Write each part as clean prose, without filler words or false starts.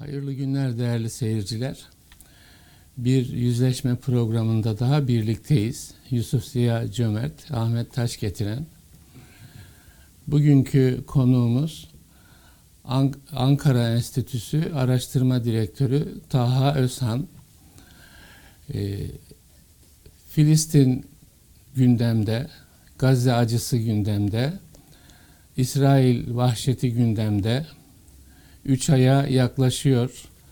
Hayırlı günler değerli seyirciler. Bir yüzleşme programında daha birlikteyiz. Yusuf Ziya Cömert, Ahmet Taşgetiren. Bugünkü konuğumuz Ankara Enstitüsü Araştırma Direktörü Taha Özhan. Filistin gündemde, Gazze acısı gündemde, İsrail vahşeti gündemde. 3 aya yaklaşıyor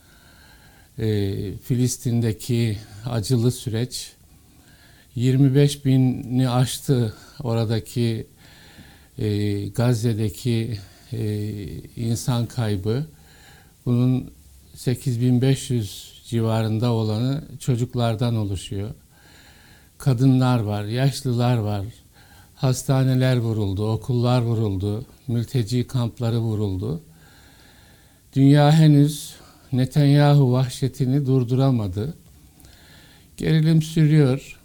Filistin'deki acılı süreç. 25 bini aştı oradaki Gazze'deki insan kaybı. Bunun 8500 civarında olanı çocuklardan oluşuyor. Kadınlar var, yaşlılar var, hastaneler vuruldu, okullar vuruldu, mülteci kampları vuruldu. Dünya henüz Netanyahu vahşetini durduramadı. Gerilim sürüyor.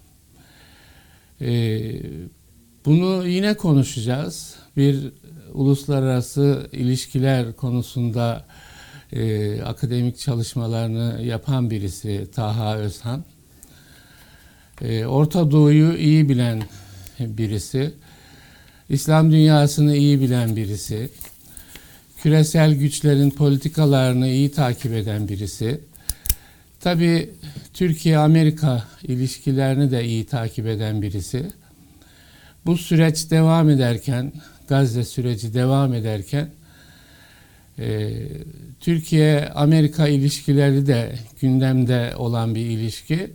Bunu yine konuşacağız. Bir uluslararası ilişkiler konusunda akademik çalışmalarını yapan birisi Taha Özhan. Orta Doğu'yu iyi bilen birisi. İslam dünyasını iyi bilen birisi. Küresel güçlerin politikalarını iyi takip eden birisi. Tabii Türkiye-Amerika ilişkilerini de iyi takip eden birisi. Bu süreç devam ederken, Gazze süreci devam ederken Türkiye-Amerika ilişkileri de gündemde olan bir ilişki.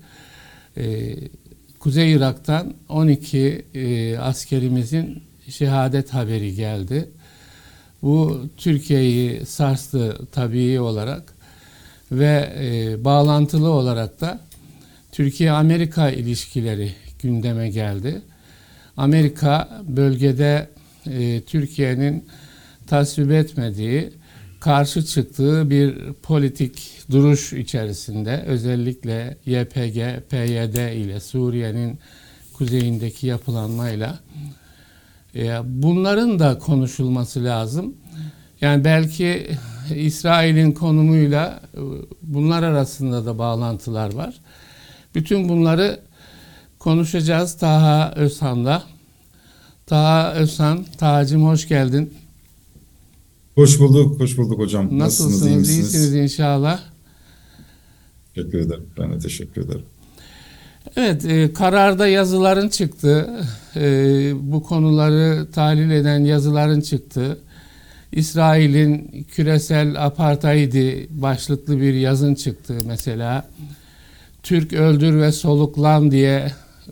Kuzey Irak'tan 12 askerimizin şehadet haberi geldi. Bu Türkiye'yi sarstı tabii olarak ve bağlantılı olarak da Türkiye-Amerika ilişkileri gündeme geldi. Amerika bölgede Türkiye'nin tasvip etmediği, karşı çıktığı bir politik duruş içerisinde, özellikle YPG, PYD ile Suriye'nin kuzeyindeki yapılanmayla bunların da konuşulması lazım. Yani belki İsrail'in konumuyla bunlar arasında da bağlantılar var. Bütün bunları konuşacağız Taha Özhan'la. Taha Özhan, Taha'cığım hoş geldin. Hoş bulduk hocam. Nasılsınız, iyi misiniz? İyisiniz inşallah. Teşekkür ederim. Ben de teşekkür ederim. Evet, kararda yazıların çıktı. Bu konuları tahlil eden yazıların çıktı. İsrail'in küresel apartheidi başlıklı bir yazın çıktı mesela. Türk öldür ve soluklan diye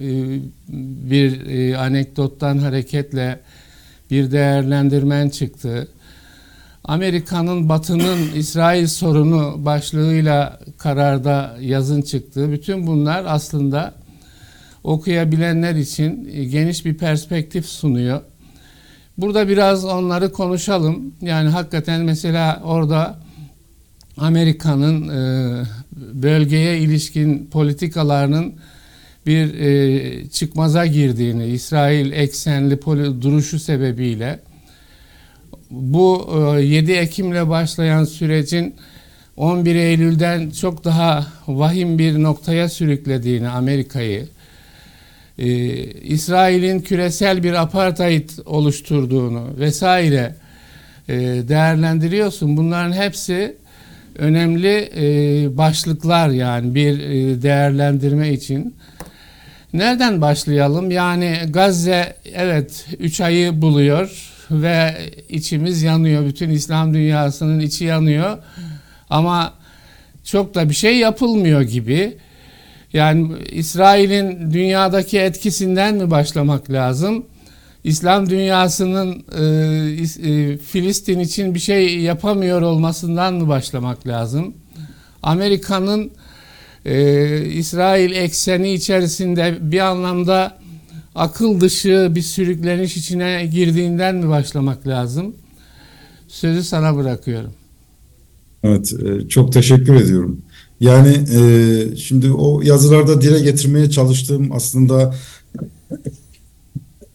bir anekdottan hareketle bir değerlendirmen çıktı. Amerika'nın Batı'nın İsrail sorunu başlığıyla kararda yazın çıktı. Bütün bunlar aslında okuyabilenler için geniş bir perspektif sunuyor. Burada biraz onları konuşalım. Yani hakikaten mesela orada Amerika'nın bölgeye ilişkin politikalarının bir çıkmaza girdiğini, İsrail eksenli duruşu sebebiyle bu 7 Ekim'le başlayan sürecin 11 Eylül'den çok daha vahim bir noktaya sürüklediğini Amerika'yı, İsrail'in küresel bir apartheid oluşturduğunu vesaire değerlendiriyorsun. Bunların hepsi önemli başlıklar yani bir değerlendirme için. Nereden başlayalım? Yani Gazze evet 3 ayı buluyor ve içimiz yanıyor. Bütün İslam dünyasının içi yanıyor. Ama çok da bir şey yapılmıyor gibi. Yani İsrail'in dünyadaki etkisinden mi başlamak lazım? İslam dünyasının Filistin için bir şey yapamıyor olmasından mı başlamak lazım? Amerika'nın İsrail ekseni içerisinde bir anlamda akıl dışı bir sürükleniş içine girdiğinden mi başlamak lazım? Sözü sana bırakıyorum. Evet, çok teşekkür ediyorum. Yani şimdi o yazılarda dile getirmeye çalıştığım aslında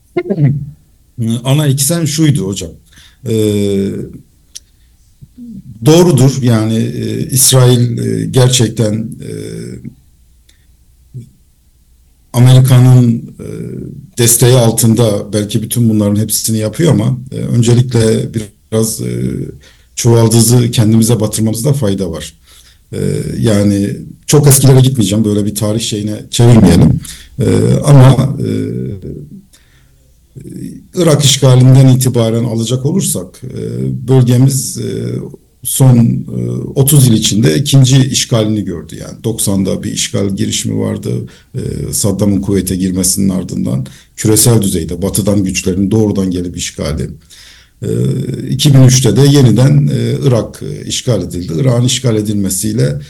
ana eksen şuydu hocam. Doğrudur. Yani İsrail gerçekten Amerika'nın desteği altında belki bütün bunların hepsini yapıyor ama öncelikle biraz çuvaldızı kendimize batırmamızda fayda var. Yani çok eskilere gitmeyeceğim. Böyle bir tarih şeyine çevirmeyelim. Ama Irak işgalinden itibaren alacak olursak bölgemiz son 30 yıl içinde ikinci işgalini gördü. Yani 90'da bir işgal girişimi vardı. Saddam'ın kuvvete girmesinin ardından küresel düzeyde batıdan güçlerin doğrudan gelip işgali. 2003'te de yeniden Irak işgal edildi. Irak'ın işgal edilmesiyle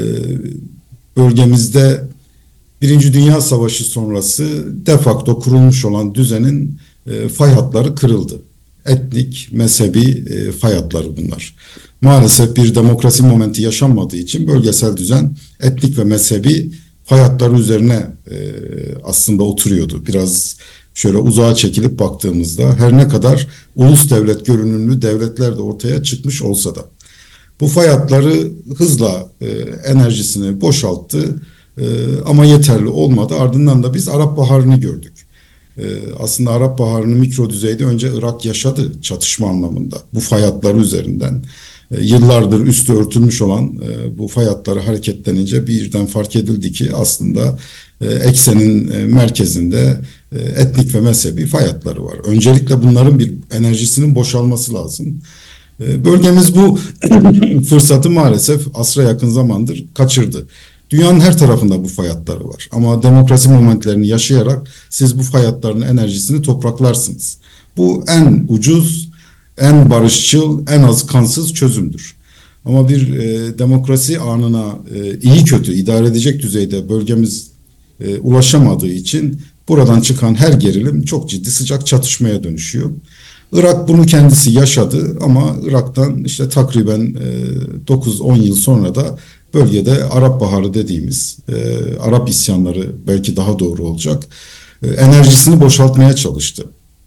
bölgemizde Birinci Dünya Savaşı sonrası de facto kurulmuş olan düzenin fay hatları kırıldı. Etnik, mezhebi fay hatları bunlar. Maalesef bir demokrasi momenti yaşanmadığı için bölgesel düzen etnik ve mezhebi fay hatları üzerine aslında oturuyordu. Biraz şöyle uzağa çekilip baktığımızda her ne kadar ulus devlet görünümlü devletler de ortaya çıkmış olsa da bu fay hatları hızla enerjisini boşalttı. Ama yeterli olmadı. Ardından da biz Arap Baharı'nı gördük. Aslında Arap Baharı'nı mikro düzeyde önce Irak yaşadı çatışma anlamında. Bu fay hatları üzerinden. Yıllardır üstü örtülmüş olan bu fay hatları hareketlenince birden fark edildi ki aslında eksenin merkezinde etnik ve mezhebi fay hatları var. Öncelikle bunların bir enerjisinin boşalması lazım. Bölgemiz bu fırsatı maalesef asra yakın zamandır kaçırdı. Dünyanın her tarafında bu fay hatları var. Ama demokrasi momentlerini yaşayarak siz bu fay hatlarının enerjisini topraklarsınız. Bu en ucuz, en barışçıl, en az kansız çözümdür. Ama bir demokrasi anına iyi kötü idare edecek düzeyde bölgemiz ulaşamadığı için buradan çıkan her gerilim çok ciddi sıcak çatışmaya dönüşüyor. Irak bunu kendisi yaşadı ama Irak'tan işte takriben 9-10 yıl sonra da bölgede Arap Baharı dediğimiz Arap isyanları belki daha doğru olacak enerjisini boşaltmaya çalıştı.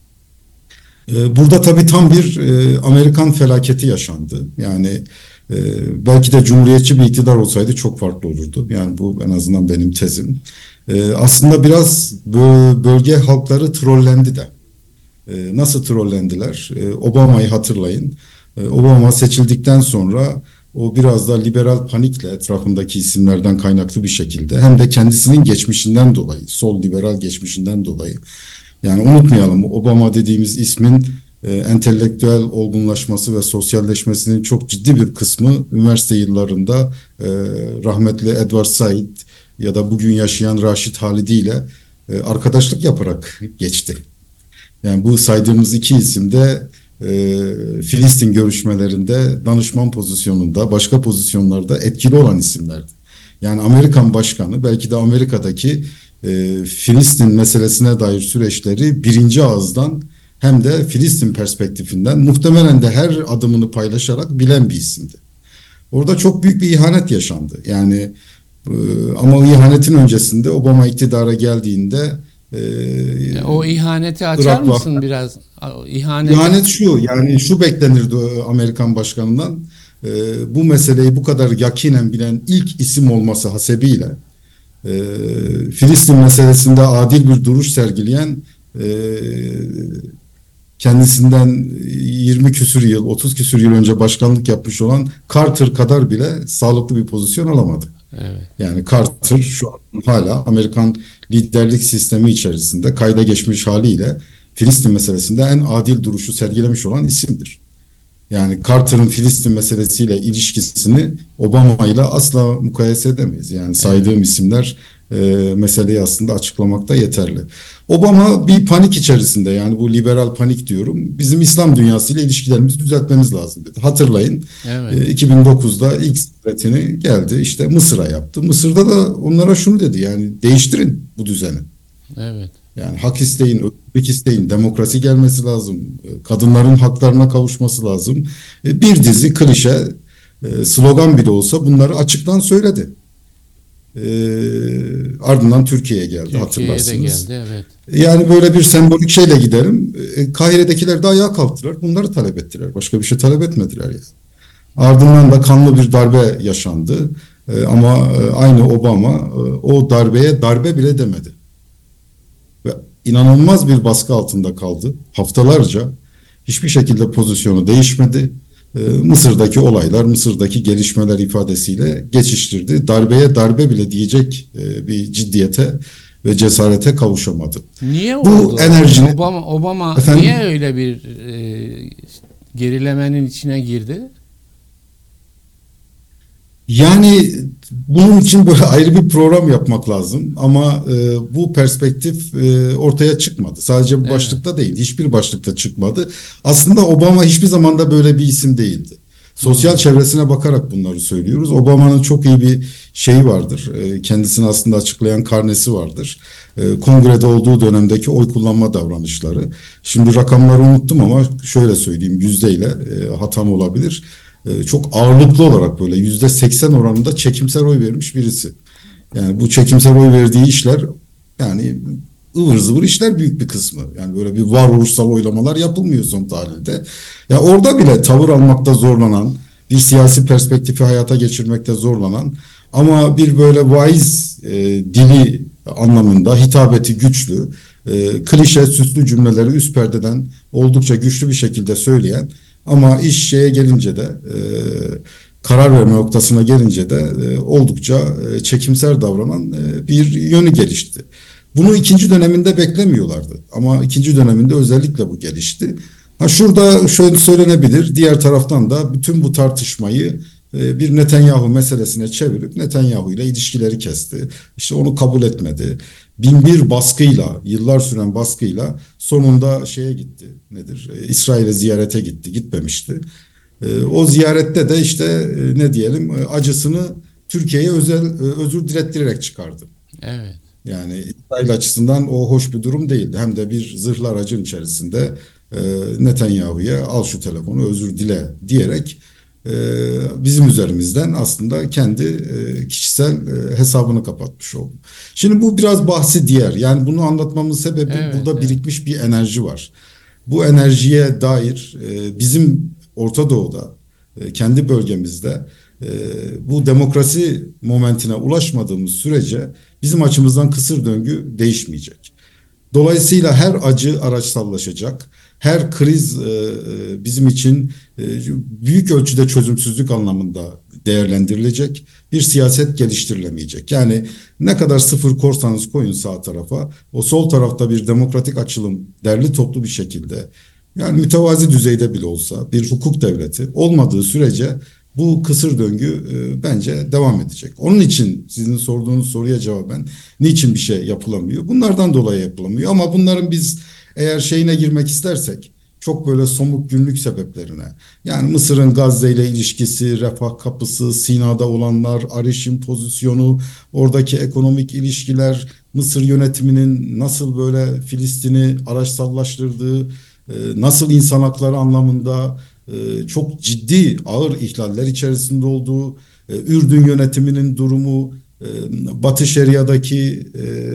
Burada tabii tam bir Amerikan felaketi yaşandı. Yani belki de cumhuriyetçi bir iktidar olsaydı çok farklı olurdu. Yani bu en azından benim tezim. Aslında biraz bölge halkları trollendi de. Nasıl trollendiler? Obama'yı hatırlayın. Obama seçildikten sonra o biraz da liberal panikle etrafındaki isimlerden kaynaklı bir şekilde hem de kendisinin geçmişinden dolayı, sol liberal geçmişinden dolayı. Yani unutmayalım Obama dediğimiz ismin entelektüel olgunlaşması ve sosyalleşmesinin çok ciddi bir kısmı üniversite yıllarında rahmetli Edward Said ya da bugün yaşayan Raşit Halidi ile arkadaşlık yaparak geçti. Yani bu saydığımız iki isim de Filistin görüşmelerinde danışman pozisyonunda, başka pozisyonlarda etkili olan isimlerdi. Yani Amerikan başkanı belki de Amerika'daki Filistin meselesine dair süreçleri birinci ağızdan hem de Filistin perspektifinden muhtemelen de her adımını paylaşarak bilen bir isimdi. Orada çok büyük bir ihanet yaşandı. Yani ama o ihanetin öncesinde Obama iktidara geldiğinde o ihaneti açar mısın biraz? İhanet şu, yani şu beklenirdi Amerikan başkanından. Bu meseleyi bu kadar yakinen bilen ilk isim olması hasebiyle Filistin meselesinde adil bir duruş sergileyen kendisinden 20 küsür yıl, 30 küsür yıl önce başkanlık yapmış olan Carter kadar bile sağlıklı bir pozisyon alamadı. Evet. Yani Carter şu an hala Amerikan liderlik sistemi içerisinde kayda geçmiş haliyle Filistin meselesinde en adil duruşu sergilemiş olan isimdir. Yani Carter'ın Filistin meselesiyle ilişkisini Obama ile asla mukayese edemeyiz. Yani saydığım isimler meseleyi aslında açıklamakta yeterli. Obama bir panik içerisinde, yani bu liberal panik diyorum. Bizim İslam dünyasıyla ilişkilerimizi düzeltmemiz lazım dedi. Hatırlayın, evet. 2009'da ilk ziyaretini geldi işte Mısır'a yaptı. Mısır'da da onlara şunu dedi, yani değiştirin bu düzeni. Evet. Yani hak isteyin, özgürlük isteyin, demokrasi gelmesi lazım, kadınların haklarına kavuşması lazım. Bir dizi klişe slogan bile olsa bunları açıktan söyledi. Ardından Türkiye'ye geldi, hatırlarsınız. Geldi, evet. Yani böyle bir sembolik şeyle giderim. Kahire'dekiler de ayağa kalktılar. Bunları talep ettiler. Başka bir şey talep etmediler yani. Ardından da kanlı bir darbe yaşandı. Ama aynı Obama o darbeye darbe bile demedi. Ve inanılmaz bir baskı altında kaldı. Haftalarca hiçbir şekilde pozisyonu değişmedi. Mısır'daki olaylar, Mısır'daki gelişmeler ifadesiyle geçiştirdi. Darbeye darbe bile diyecek bir ciddiyete ve cesarete kavuşamadı. Niye Bu oldu? enerjinin Obama efendim, niye öyle bir gerilemenin içine girdi? yani bunun için böyle ayrı bir program yapmak lazım ama bu perspektif ortaya çıkmadı. Sadece bu Evet. başlıkta değil, hiçbir başlıkta çıkmadı. Aslında Obama hiçbir zaman da böyle bir isim değildi. Sosyal çevresine bakarak bunları söylüyoruz. Obama'nın çok iyi bir şeyi vardır. Kendisini aslında açıklayan karnesi vardır. Kongrede olduğu dönemdeki oy kullanma davranışları. Şimdi rakamları unuttum ama şöyle söyleyeyim, yüzdeyle hatam olabilir. Çok ağırlıklı olarak böyle %80 oranında çekimser oy vermiş birisi. Yani bu çekimser oy verdiği işler, yani ıvır zıvır işler büyük bir kısmı. Yani böyle bir varoluşsal oylamalar yapılmıyor son tahlilde. Ya orada bile tavır almakta zorlanan, bir siyasi perspektifi hayata geçirmekte zorlanan ama bir böyle vaiz dili anlamında hitabeti güçlü, klişe süslü cümleleri üst perdeden oldukça güçlü bir şekilde söyleyen ama iş şeye gelince de karar verme noktasına gelince de oldukça çekimser davranan bir yönü gelişti. Bunu ikinci döneminde beklemiyorlardı. Ama ikinci döneminde özellikle bu gelişti. Ha şurada şöyle söylenebilir. Diğer taraftan da bütün bu tartışmayı bir Netanyahu meselesine çevirip Netanyahu ile ilişkileri kesti. İşte onu kabul etmedi. Bin bir baskıyla, yıllar süren baskıyla sonunda şeye gitti. Nedir? İsrail'e ziyarete gitti. Gitmemişti. O ziyarette de işte ne diyelim, acısını Türkiye'ye özür dilettirerek çıkardı. Evet. Yani İsrail açısından o hoş bir durum değildi. Hem de bir zırhlı aracın içerisinde Netanyahu'ya al şu telefonu özür dile diyerek bizim üzerimizden aslında kendi kişisel hesabını kapatmış oldu. Şimdi bu biraz bahsi diğer. Yani bunu anlatmamın sebebi Evet, burada evet. birikmiş bir enerji var. Bu enerjiye dair bizim Orta Doğu'da, kendi bölgemizde e, bu demokrasi momentine ulaşmadığımız sürece bizim açımızdan kısır döngü değişmeyecek. Dolayısıyla her acı araçsallaşacak. Her kriz bizim için büyük ölçüde çözümsüzlük anlamında değerlendirilecek. Bir siyaset geliştirilemeyecek. Yani ne kadar sıfır korsanız koyun sağ tarafa, o sol tarafta bir demokratik açılım derli toplu bir şekilde, yani mütevazi düzeyde bile olsa bir hukuk devleti olmadığı sürece bu kısır döngü bence devam edecek. Onun için sizin sorduğunuz soruya cevaben niçin bir şey yapılamıyor? Bunlardan dolayı yapılamıyor ama bunların biz eğer şeyine girmek istersek çok böyle somut günlük sebeplerine, yani Mısır'ın Gazze ile ilişkisi, Refah Kapısı, Sina'da olanlar, Ariş'in pozisyonu, oradaki ekonomik ilişkiler, Mısır yönetiminin nasıl böyle Filistin'i araçsallaştırdığı, nasıl insan hakları anlamında çok ciddi ağır ihlaller içerisinde olduğu, Ürdün yönetiminin durumu, Batı Şeria'daki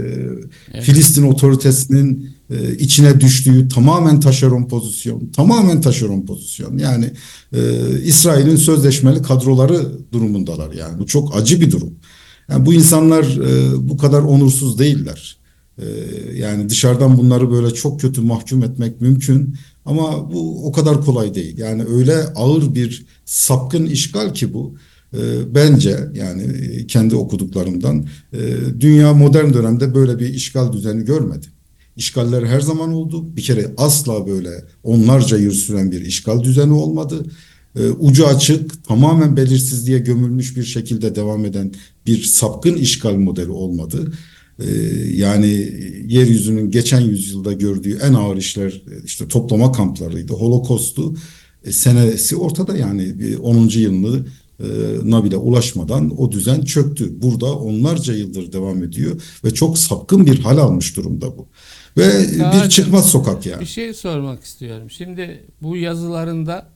Evet. Filistin otoritesinin içine düştüğü tamamen taşeron pozisyon, tamamen taşeron pozisyon. Yani İsrail'in sözleşmeli kadroları durumundalar. Yani bu çok acı bir durum. Yani bu insanlar bu kadar onursuz değiller. Yani dışarıdan bunları böyle çok kötü mahkum etmek mümkün ama bu o kadar kolay değil. Yani öyle ağır bir sapkın işgal ki bu. Bence yani kendi okuduklarımdan dünya modern dönemde böyle bir işgal düzeni görmedi. İşgaller her zaman oldu. Bir kere asla böyle onlarca yıl süren bir işgal düzeni olmadı. Ucu açık, tamamen belirsizliğe gömülmüş bir şekilde devam eden bir sapkın işgal modeli olmadı. Yani yeryüzünün geçen yüzyılda gördüğü en ağır işler işte toplama kamplarıydı, Holokost'tu. Senesi ortada, yani 10. yılına bile ulaşmadan o düzen çöktü. Burada onlarca yıldır devam ediyor ve çok sapkın bir hal almış durumda bu. Ve bir Sağcığım, çıkmaz sokak bir yani. şey sormak istiyorum. Şimdi bu yazılarında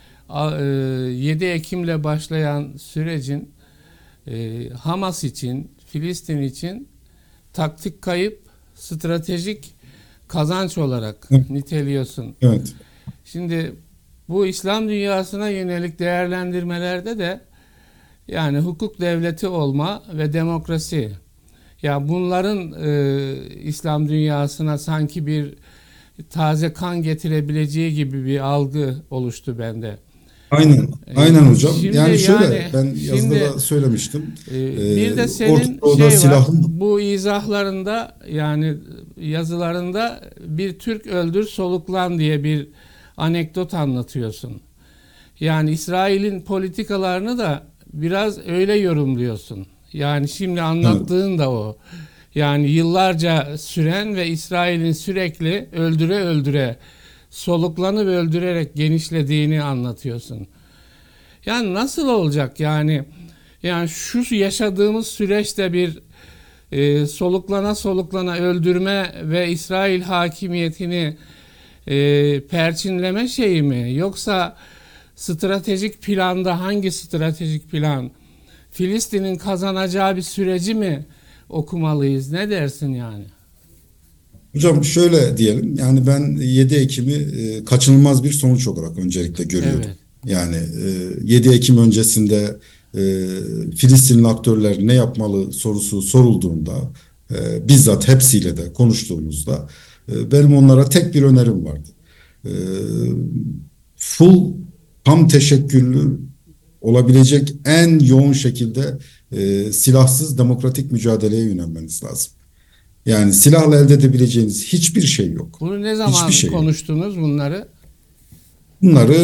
7 Ekim'le başlayan sürecin Hamas için, Filistin için taktik kayıp, stratejik kazanç olarak niteliyorsun. Evet. Şimdi Bu İslam dünyasına yönelik değerlendirmelerde de yani hukuk devleti olma ve demokrasi. Ya bunların İslam dünyasına sanki bir taze kan getirebileceği gibi bir algı oluştu bende. Aynen, aynen hocam. Şimdi Yani şöyle, yani ben yazıda şimdi da söylemiştim. bir de Orta senin Doğu'da şey var, silahın bu izahlarında yani yazılarında bir Türk öldür soluklan diye bir anekdot anlatıyorsun. Yani İsrail'in politikalarını da biraz öyle yorumluyorsun. Yani şimdi evet, anlattığın da o. Yani yıllarca süren ve İsrail'in sürekli öldüre öldüre, soluklanıp öldürerek genişlediğini anlatıyorsun. Yani nasıl olacak yani şu yaşadığımız süreçte bir soluklana soluklana öldürme ve İsrail hakimiyetini perçinleme şeyi mi? Yoksa stratejik planda hangi stratejik plan? Filistin'in kazanacağı bir süreci mi okumalıyız? Ne dersin yani? hocam şöyle diyelim, yani ben 7 Ekim'i kaçınılmaz bir sonuç olarak öncelikle görüyordum. Evet, Yani 7 Ekim öncesinde Filistinli aktörler ne yapmalı sorusu sorulduğunda, bizzat hepsiyle de konuştuğumuzda benim onlara tek bir önerim vardı. E, Full, tam teşekküllü olabilecek en yoğun şekilde silahsız demokratik mücadeleye yönelmeniz lazım. Yani silahla elde edebileceğiniz hiçbir şey yok. bunu ne Hiçbir zaman şey yok. konuştunuz bunları? Bunları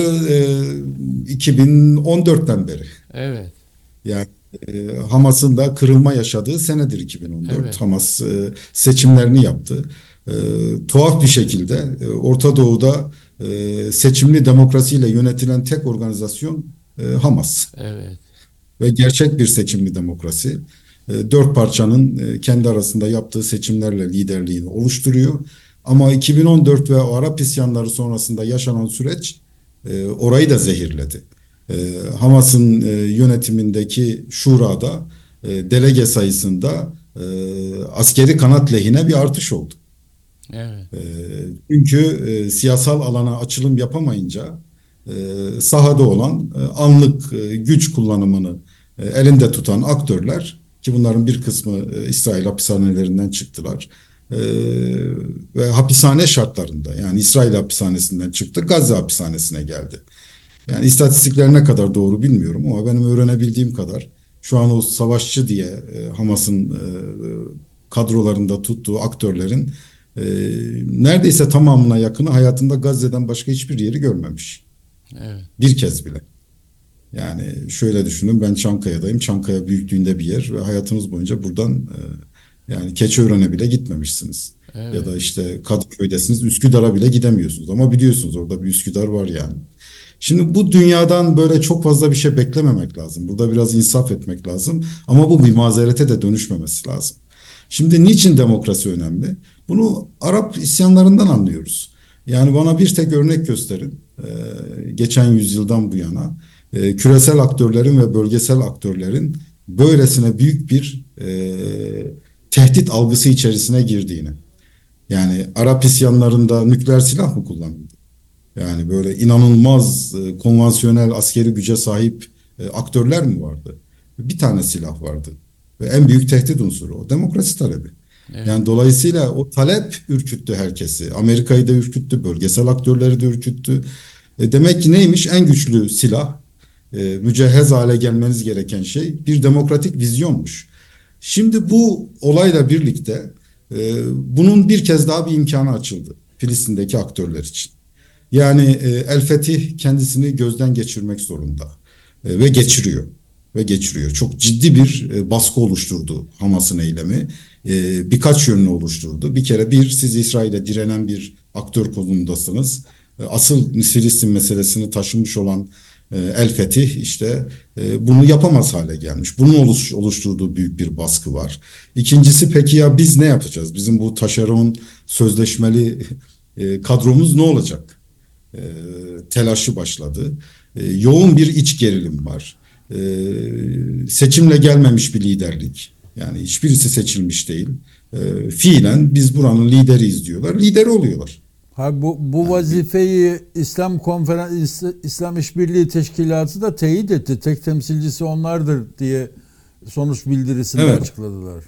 2014'ten beri, Evet, yani Hamas'ın da kırılma yaşadığı senedir 2014. evet, Hamas seçimlerini yaptı. E, Tuhaf bir şekilde Orta Doğu'da seçimli demokrasiyle yönetilen tek organizasyon Hamas. evet, Ve gerçek bir seçimli demokrasi. Dört parçanın kendi arasında yaptığı seçimlerle liderliğini oluşturuyor. Ama 2014 ve o Arap isyanları sonrasında yaşanan süreç orayı da zehirledi. Hamas'ın yönetimindeki şurada delege sayısında askeri kanat lehine bir artış oldu. evet, E, Çünkü siyasal alana açılım yapamayınca sahada olan anlık güç kullanımını elinde tutan aktörler, ki bunların bir kısmı İsrail hapishanelerinden çıktılar ve hapishane şartlarında, yani İsrail hapishanesinden çıktı, Gazze hapishanesine geldi. Yani istatistikler ne kadar doğru bilmiyorum ama benim öğrenebildiğim kadar şu an o savaşçı diye Hamas'ın kadrolarında tuttuğu aktörlerin e, neredeyse tamamına yakını hayatında Gazze'den başka hiçbir yeri görmemiş. evet, Bir kez bile. Yani şöyle düşünün, ben Çankaya'dayım. Çankaya büyüklüğünde bir yer ve hayatınız boyunca buradan yani Keçiören'e bile gitmemişsiniz. Ya evet, da işte Kadıköy'desiniz, Üsküdar'a bile gidemiyorsunuz. Ama biliyorsunuz orada bir Üsküdar var yani. Şimdi bu dünyadan böyle çok fazla bir şey beklememek lazım. Burada biraz insaf etmek lazım. Ama bu bir mazerete de dönüşmemesi lazım. Şimdi niçin demokrasi önemli? Bunu Arap isyanlarından anlıyoruz. Yani bana bir tek örnek gösterin. Geçen yüzyıldan bu yana küresel aktörlerin ve bölgesel aktörlerin böylesine büyük bir tehdit algısı içerisine girdiğini. Yani Arap isyanlarında nükleer silah mı kullanıldı? Yani böyle inanılmaz konvansiyonel askeri güce sahip aktörler mi vardı? Bir tane silah vardı. Ve en büyük tehdit unsuru o demokrasi talebi. evet, Yani dolayısıyla o talep ürküttü herkesi. Amerika'yı da ürküttü, bölgesel aktörleri de ürküttü. Demek ki neymiş? En güçlü silah, mücehhez hale gelmeniz gereken şey bir demokratik vizyonmuş. Şimdi bu olayla birlikte bunun bir kez daha bir imkanı açıldı Filistin'deki aktörler için. Yani El Fetih kendisini gözden geçirmek zorunda ve geçiriyor ve geçiriyor. Çok ciddi bir baskı oluşturdu Hamas'ın eylemi. Birkaç yönünü oluşturdu. Bir kere siz İsrail'e direnen bir aktör konumundasınız. Asıl Filistin meselesini taşımış olan El Fetih işte bunu yapamaz hale gelmiş. Bunun oluşturduğu büyük bir baskı var. İkincisi, peki ya biz ne yapacağız? Bizim bu taşeron sözleşmeli kadromuz ne olacak? Telaşı başladı. Yoğun bir iç gerilim var. Seçimle gelmemiş bir liderlik. Yani hiçbirisi seçilmiş değil. Fiilen biz buranın lideriyiz diyorlar. Lideri oluyorlar. Bu Yani vazifeyi İslam İşbirliği Teşkilatı da teyit etti. Tek temsilcisi onlardır diye sonuç bildirisinde evet. açıkladılar.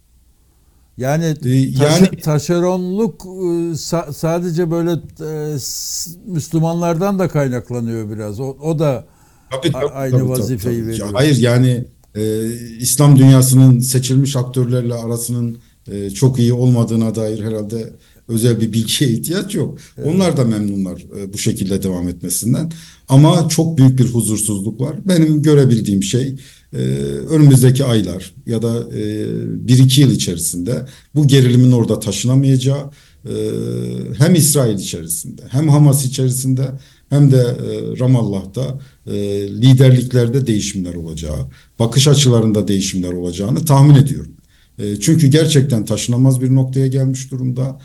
Yani Yani taşeronluk sadece böyle Müslümanlardan da kaynaklanıyor biraz. O da tabii aynı vazifeyi tabii. veriyor. Hayır yani İslam dünyasının seçilmiş aktörlerle arasının çok iyi olmadığına dair herhalde özel bir bilgiye ihtiyaç yok. Evet. Onlar da memnunlar bu şekilde devam etmesinden. Ama çok büyük bir huzursuzluk var. Benim görebildiğim şey önümüzdeki aylar ya da 1-2 yıl içerisinde bu gerilimin orada taşınamayacağı, hem İsrail içerisinde hem Hamas içerisinde hem de Ramallah'ta liderliklerde değişimler olacağı, bakış açılarında değişimler olacağını tahmin ediyorum. Çünkü gerçekten taşınamaz bir noktaya gelmiş durumda.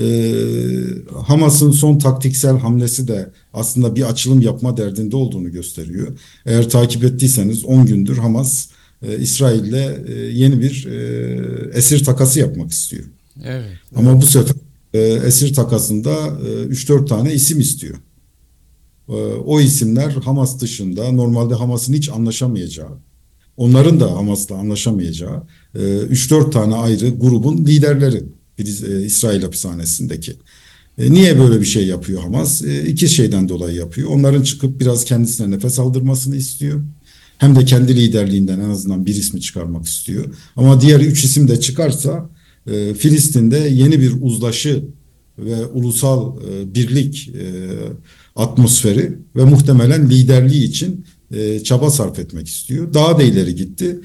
Hamas'ın son taktiksel hamlesi de aslında bir açılım yapma derdinde olduğunu gösteriyor. Eğer takip ettiyseniz 10 gündür Hamas İsrail'le yeni bir esir takası yapmak istiyor. Evet, Ama bu sefer esir takasında 3-4 tane isim istiyor. O isimler Hamas dışında normalde Hamas'ın hiç anlaşamayacağı, onların da Hamas'la anlaşamayacağı 3-4 tane ayrı grubun liderleri İsrail hapishanesindeki. Niye böyle bir şey yapıyor Hamas? İki şeyden dolayı yapıyor. Onların çıkıp biraz kendisine nefes aldırmasını istiyor. Hem de kendi liderliğinden en azından bir ismi çıkarmak istiyor. Ama diğer 3 isim de çıkarsa Filistin'de yeni bir uzlaşı ve ulusal birlik atmosferi ve muhtemelen liderliği için çaba sarf etmek istiyor. Daha da ileri gitti.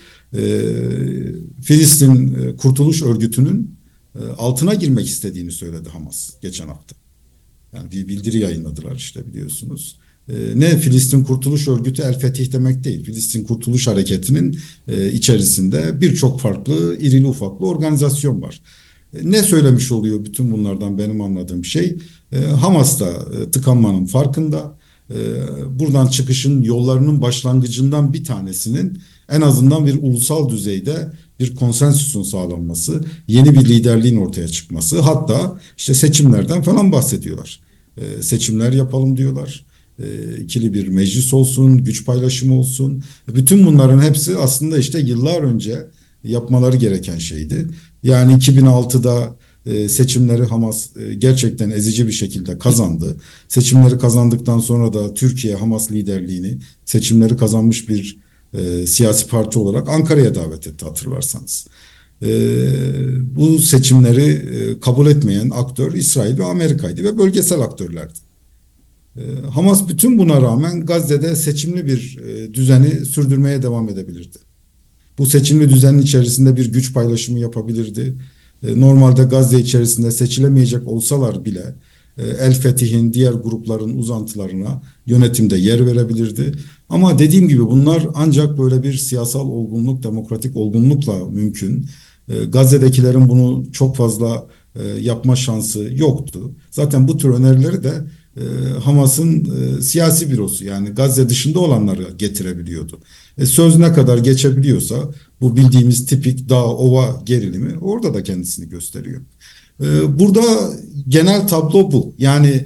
Filistin Kurtuluş Örgütü'nün altına girmek istediğini söyledi Hamas geçen hafta. Yani bir bildiri yayınladılar işte biliyorsunuz. Ne Filistin Kurtuluş Örgütü El Fetih demek değil. Filistin Kurtuluş Hareketi'nin içerisinde birçok farklı irili ufaklı organizasyon var. Ne söylemiş oluyor bütün bunlardan benim anladığım şey? Hamas da tıkanmanın farkında. Buradan çıkışın yollarının başlangıcından bir tanesinin en azından bir ulusal düzeyde bir konsensüsün sağlanması, yeni bir liderliğin ortaya çıkması, hatta işte seçimlerden falan bahsediyorlar. Seçimler yapalım diyorlar. İkili bir meclis olsun, güç paylaşımı olsun. Bütün bunların hepsi aslında işte yıllar önce yapmaları gereken şeydi. Yani 2006'da seçimleri Hamas gerçekten ezici bir şekilde kazandı. Seçimleri kazandıktan sonra da Türkiye Hamas liderliğini seçimleri kazanmış bir siyasi parti olarak Ankara'ya davet etti hatırlarsanız. Bu seçimleri kabul etmeyen aktör İsrail ve Amerika'ydı ve bölgesel aktörlerdi. Hamas bütün buna rağmen Gazze'de seçimli bir düzeni sürdürmeye devam edebilirdi. Bu seçimli düzenin içerisinde bir güç paylaşımı yapabilirdi. Normalde Gazze içerisinde seçilemeyecek olsalar bile El Fetih'in diğer grupların uzantılarına yönetimde yer verebilirdi. Ama dediğim gibi bunlar ancak böyle bir siyasal olgunluk, demokratik olgunlukla mümkün. Gazze'dekilerin bunu çok fazla yapma şansı yoktu. Zaten bu tür önerileri de Hamas'ın siyasi bürosu yani Gazze dışında olanları getirebiliyordu. Söz ne kadar geçebiliyorsa bu bildiğimiz tipik dağ ova gerilimi orada da kendisini gösteriyor. Burada genel tablo bu. Yani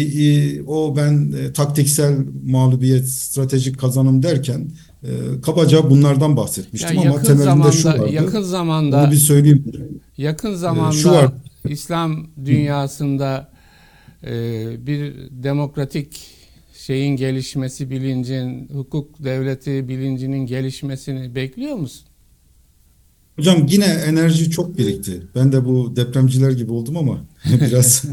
o ben taktiksel mağlubiyet, stratejik kazanım derken kabaca bunlardan bahsetmiştim yani ama temelinde şu vardı. yakın Onu bir zamanda söyleyeyim. yakın Şu var. zamanda İslam dünyasında bir demokratik şeyin gelişmesi, bilincin, hukuk devleti bilincinin gelişmesini bekliyor musun? Hocam yine enerji çok birikti. Ben de bu depremciler gibi oldum ama biraz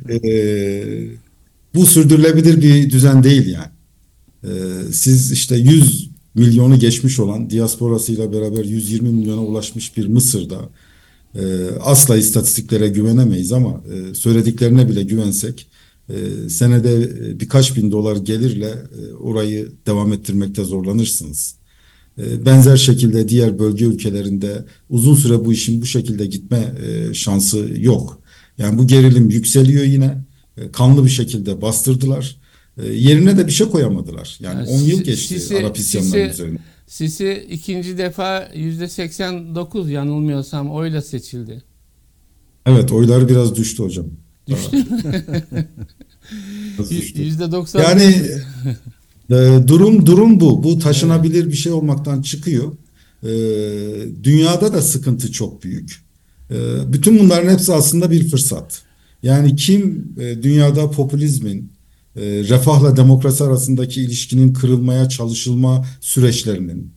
bu sürdürülebilir bir düzen değil yani. Siz işte 100 milyonu geçmiş olan diasporasıyla beraber 120 milyona ulaşmış bir Mısır'da asla istatistiklere güvenemeyiz ama söylediklerine bile güvensek senede birkaç bin dolar gelirle orayı devam ettirmekte zorlanırsınız. Benzer şekilde diğer bölge ülkelerinde uzun süre bu işin bu şekilde gitme şansı yok. Yani bu gerilim yükseliyor yine. Kanlı bir şekilde bastırdılar. Yerine de bir şey koyamadılar. Yani Yani 10 yıl geçti Arap isyanlarının üzerine. Sisi ikinci defa %89 yanılmıyorsam oyla seçildi. Evet oylar biraz düştü hocam. Düştü mü? Nasıl düştü? %90. Yani durum bu. Bu taşınabilir bir şey olmaktan çıkıyor. E, Dünyada da sıkıntı çok büyük. Bütün bunların hepsi aslında bir fırsat. Yani kim dünyada popülizmin, refahla demokrasi arasındaki ilişkinin kırılmaya çalışılma süreçlerinin,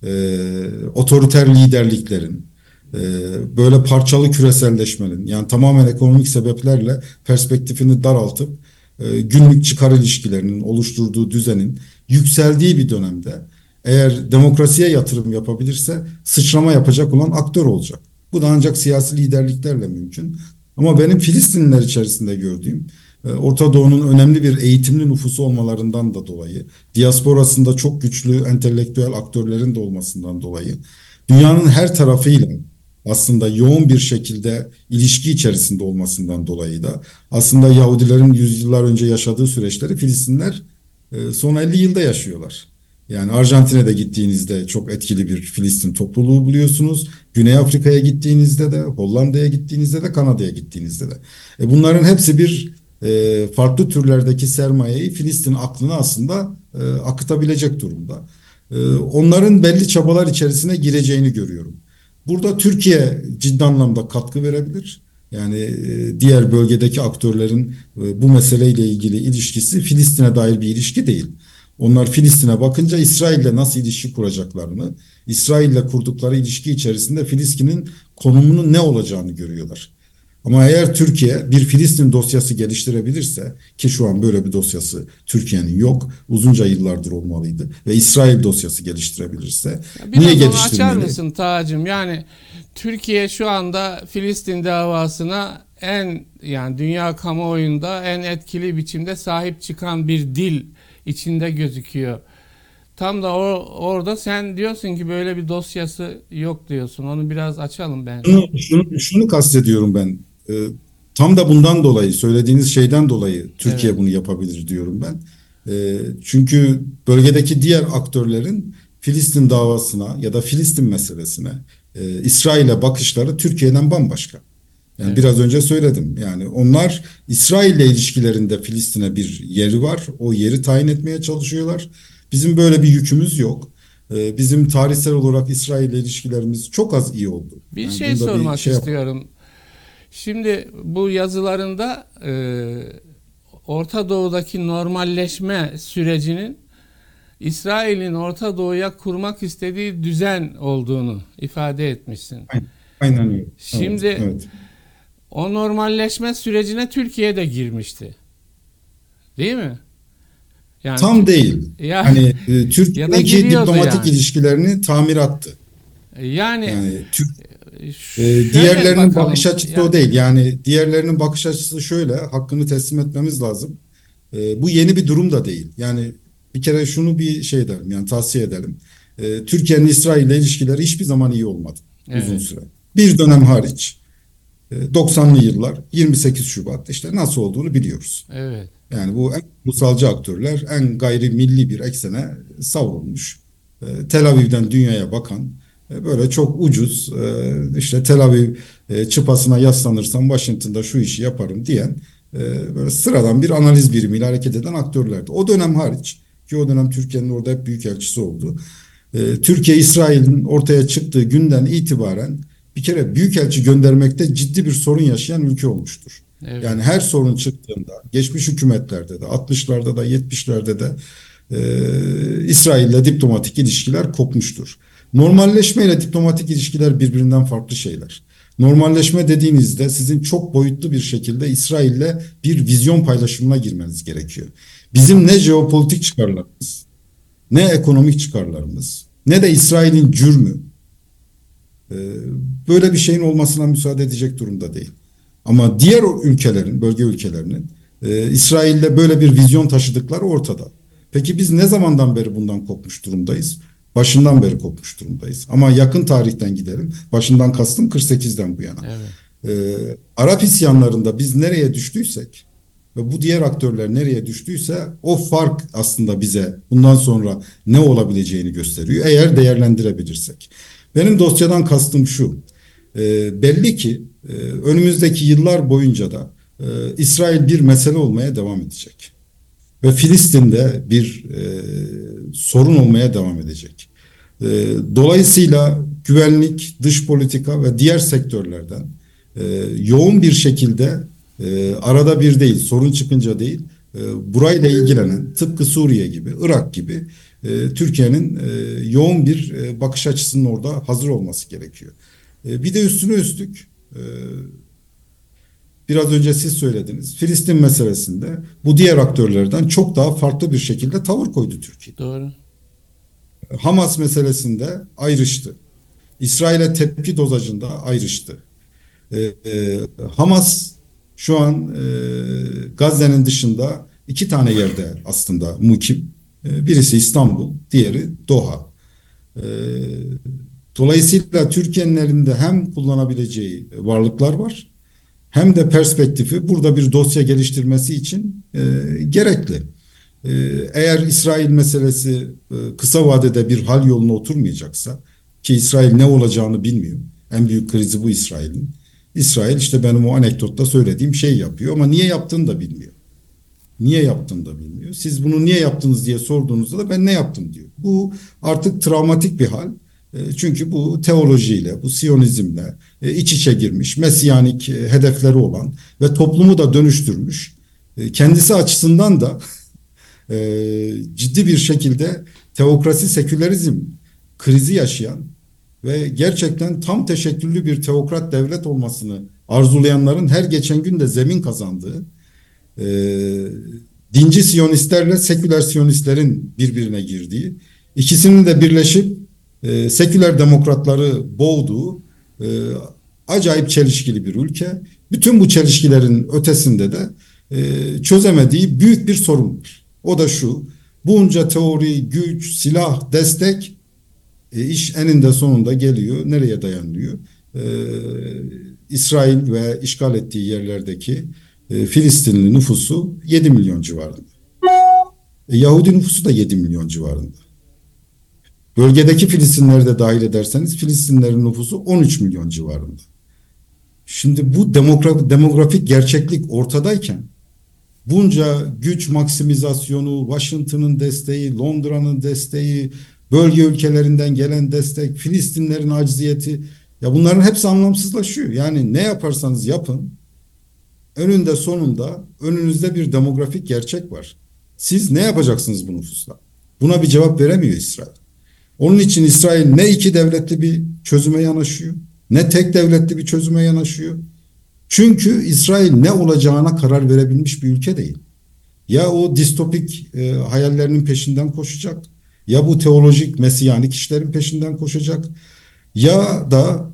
otoriter liderliklerin, e, böyle parçalı küreselleşmenin, yani tamamen ekonomik sebeplerle perspektifini daraltıp günlük çıkar ilişkilerinin oluşturduğu düzenin yükseldiği bir dönemde eğer demokrasiye yatırım yapabilirse sıçrama yapacak olan aktör olacak. Bu da ancak siyasi liderliklerle mümkün. Ama benim Filistinliler içerisinde gördüğüm Orta Doğu'nun önemli bir eğitimli nüfusu olmalarından da dolayı, diasporasında çok güçlü entelektüel aktörlerin de olmasından dolayı, dünyanın her tarafıyla aslında yoğun bir şekilde ilişki içerisinde olmasından dolayı da aslında Yahudilerin yüzyıllar önce yaşadığı süreçleri Filistinler son 50 yılda yaşıyorlar. Yani Arjantin'e de gittiğinizde çok etkili bir Filistin topluluğu buluyorsunuz. Güney Afrika'ya gittiğinizde de, Hollanda'ya gittiğinizde de, Kanada'ya gittiğinizde de. Bunların hepsi bir farklı türlerdeki sermayeyi Filistin aklına aslında akıtabilecek durumda. Onların belli çabalar içerisine gireceğini görüyorum. Burada Türkiye ciddi anlamda katkı verebilir. Yani diğer bölgedeki aktörlerin bu meseleyle ilgili ilişkisi Filistin'e dair bir ilişki değil. Onlar Filistin'e bakınca İsrail'le nasıl ilişki kuracaklarını, İsrail'le kurdukları ilişki içerisinde Filistin'in konumunun ne olacağını görüyorlar. Ama eğer Türkiye bir Filistin dosyası geliştirebilirse, ki şu an böyle bir dosyası Türkiye'nin yok, uzunca yıllardır olmalıydı ve İsrail dosyası geliştirebilirse Biraz niye onu geliştirmeli? açar mısın Tacım? Yani Türkiye şu anda Filistin davasına yani dünya kamuoyunda en etkili biçimde sahip çıkan bir dil içinde gözüküyor. Tam da orada sen diyorsun ki böyle bir dosyası yok diyorsun. Onu biraz açalım ben. Şunu kastediyorum ben. Tam da bundan dolayı, söylediğiniz şeyden dolayı Türkiye Evet. bunu yapabilir diyorum ben. Çünkü bölgedeki diğer aktörlerin Filistin davasına ya da Filistin meselesine İsrail'e bakışları Türkiye'den bambaşka. Yani Evet. biraz önce söyledim. Yani onlar İsrail'le ilişkilerinde Filistin'e bir yeri var. O yeri tayin etmeye çalışıyorlar. Bizim böyle bir yükümüz yok. Bizim tarihsel olarak İsrail'le ilişkilerimiz çok az iyi oldu. Bir Yani şey bunda sormak bir şey yap- istiyorum. Şimdi bu yazılarında Orta Doğu'daki normalleşme sürecinin İsrail'in Orta Doğu'ya kurmak istediği düzen olduğunu ifade etmişsin. Aynen öyle. Şimdi Evet. o normalleşme sürecine Türkiye de girmişti. Değil mi? Yani Tam değil. ya Yani ya da Türkiye'deki giriyordu diplomatik yani. ilişkilerini tamir attı. Yani Yani şöyle diğerlerinin bakalım. bakış açısı o değil. Yani diğerlerinin bakış açısı şöyle, hakkını teslim etmemiz lazım. Bu yeni bir durum da değil. Yani bir kere şunu bir şey edelim, yani tavsiye edelim. Türkiye'nin İsrail ile ilişkileri hiçbir zaman iyi olmadı uzun Evet, süre. Bir dönem hariç. 90'lı yıllar 28 Şubat işte nasıl olduğunu biliyoruz. evet, Yani bu en ulusalcı aktörler en gayrimilli bir eksene savrulmuş. Tel Aviv'den dünyaya bakan böyle çok ucuz işte Tel Aviv çıpasına yaslanırsam Washington'da şu işi yaparım diyen böyle sıradan bir analiz birimiyle hareket eden aktörlerdi. O dönem hariç ki o dönem Türkiye'nin orada hep büyükelçisi oldu. Türkiye İsrail'in ortaya çıktığı günden itibaren bir kere büyükelçi göndermekte ciddi bir sorun yaşayan ülke olmuştur. evet. Yani her sorun çıktığında geçmiş hükümetlerde de 60'larda da 70'lerde de İsrail'le diplomatik ilişkiler kopmuştur. Normalleşme ile diplomatik ilişkiler birbirinden farklı şeyler. Normalleşme dediğinizde sizin çok boyutlu bir şekilde İsrail'le bir vizyon paylaşımına girmeniz gerekiyor. Bizim ne jeopolitik çıkarlarımız, ne ekonomik çıkarlarımız, ne de İsrail'in cürmü e, böyle bir şeyin olmasına müsaade edecek durumda değil. Ama diğer ülkelerin, bölge ülkelerinin İsrail'le böyle bir vizyon taşıdıkları ortada. Peki biz ne zamandan beri bundan kopmuş durumdayız? Başından beri kopmuş durumdayız. Ama yakın tarihten gidelim. Başından kastım 48'den bu yana. Evet. Arap isyanlarında biz nereye düştüysek ve bu diğer aktörler nereye düştüyse o fark aslında bize bundan sonra ne olabileceğini gösteriyor. Eğer değerlendirebilirsek. Benim dosyadan kastım şu. Belli ki önümüzdeki yıllar boyunca da İsrail bir mesele olmaya devam edecek. Ve Filistin'de bir sorun olmaya devam edecek. Dolayısıyla güvenlik, dış politika ve diğer sektörlerden yoğun bir şekilde arada bir değil, sorun çıkınca değil, burayla ilgilenen, tıpkı Suriye gibi, Irak gibi Türkiye'nin yoğun bir bakış açısının orada hazır olması gerekiyor. Bir de üstüne üstlük biraz önce siz söylediniz, Filistin meselesinde bu diğer aktörlerden çok daha farklı bir şekilde tavır koydu Türkiye. Doğru. Hamas meselesinde ayrıştı. İsrail'e tepki dozajında ayrıştı. Hamas şu an Gazze'nin dışında 2 tane yerde aslında mukim. Birisi İstanbul, diğeri Doha. Dolayısıyla Türkiye'nin elinde hem kullanabileceği varlıklar var, hem de perspektifi burada bir dosya geliştirmesi için gerekli. Eğer İsrail meselesi kısa vadede bir hal yoluna oturmayacaksa, ki İsrail ne olacağını bilmiyor. En büyük krizi bu İsrail'in. İsrail işte benim o anekdotta söylediğim şeyi yapıyor ama niye yaptığını da bilmiyor. Niye yaptığını da bilmiyor. Siz bunu niye yaptınız diye sorduğunuzda da ben ne yaptım diyor. Bu artık travmatik bir hal. Çünkü bu teolojiyle, bu Siyonizmle iç içe girmiş, mesiyanik hedefleri olan ve toplumu da dönüştürmüş. Kendisi açısından da ciddi bir şekilde teokrasi, sekülerizm krizi yaşayan ve gerçekten tam teşekküllü bir teokrat devlet olmasını arzulayanların her geçen gün de zemin kazandığı, dinci Siyonistlerle seküler Siyonistlerin birbirine girdiği, ikisinin de birleşip seküler demokratları boğduğu acayip çelişkili bir ülke. Bütün bu çelişkilerin ötesinde de çözemediği büyük bir sorun var. O da şu: bunca teori, güç, silah, destek, iş eninde sonunda geliyor. Nereye dayanıyor? İsrail ve işgal ettiği yerlerdeki Filistinli nüfusu 7 milyon civarında. Yahudi nüfusu da 7 milyon civarında. Bölgedeki Filistinleri de dahil ederseniz Filistinlerin nüfusu 13 milyon civarında. Şimdi bu demografik gerçeklik ortadayken bunca güç maksimizasyonu, Washington'ın desteği, Londra'nın desteği, bölge ülkelerinden gelen destek, Filistinlerin acziyeti, ya bunların hepsi anlamsızlaşıyor. Yani ne yaparsanız yapın, önünde sonunda önünüzde bir demografik gerçek var. Siz ne yapacaksınız bu nüfusla? Buna bir cevap veremiyor İsrail. Onun için İsrail ne iki devletli bir çözüme yanaşıyor, ne tek devletli bir çözüme yanaşıyor. Çünkü İsrail ne olacağına karar verebilmiş bir ülke değil. Ya o distopik hayallerinin peşinden koşacak, ya bu teolojik mesiyanik işlerin peşinden koşacak, ya da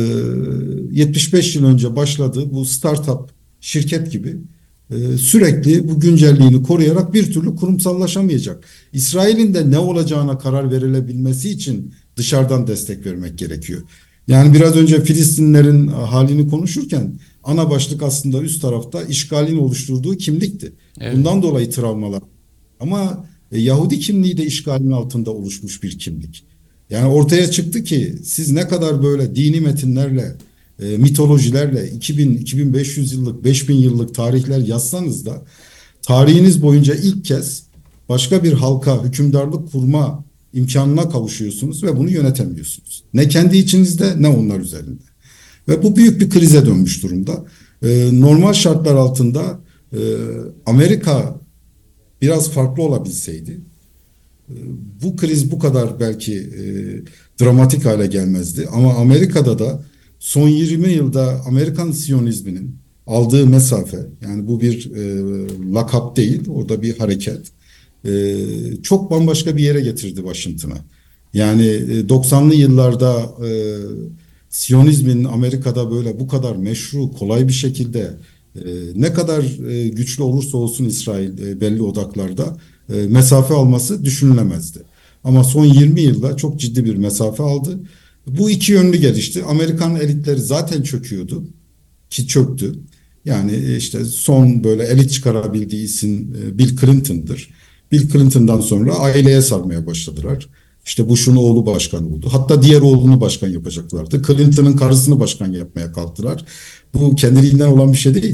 75 yıl önce başladığı bu startup şirket gibi sürekli bu güncelliğini koruyarak bir türlü kurumsallaşamayacak. İsrail'in de ne olacağına karar verilebilmesi için dışarıdan destek vermek gerekiyor. Yani biraz önce Filistinlerin halini konuşurken ana başlık aslında üst tarafta işgalin oluşturduğu kimlikti. Evet. Bundan dolayı travmalar. Ama Yahudi kimliği de işgalin altında oluşmuş bir kimlik. Yani ortaya çıktı ki siz ne kadar böyle dini metinlerle, mitolojilerle 2000-2500 yıllık, 5000 yıllık tarihler yazsanız da tarihiniz boyunca ilk kez başka bir halka hükümdarlık kurma imkanına kavuşuyorsunuz ve bunu yönetemiyorsunuz. Ne kendi içinizde ne onlar üzerinde. Ve bu büyük bir krize dönmüş durumda. Normal şartlar altında Amerika biraz farklı olabilseydi bu kriz bu kadar belki dramatik hale gelmezdi. Ama Amerika'da da son 20 yılda Amerikan Siyonizminin aldığı mesafe, yani bu bir lakap değil, orada bir hareket, çok bambaşka bir yere getirdi Washington'a. Yani 90'lı yıllarda Siyonizmin Amerika'da böyle bu kadar meşru, kolay bir şekilde ne kadar güçlü olursa olsun İsrail belli odaklarda mesafe alması düşünülemezdi. Ama son 20 yılda çok ciddi bir mesafe aldı. Bu iki yönlü gelişti. Amerikan elitleri zaten çöküyordu ki çöktü. Yani işte son böyle elit çıkarabildiği isim Bill Clinton'dır. Bill Clinton'dan sonra aileye sarmaya başladılar. İşte Bush'un oğlu başkan oldu. Hatta diğer oğlunu başkan yapacaklardı. Clinton'ın karısını başkan yapmaya kalktılar. Bu kendiliğinden olan bir şey değil.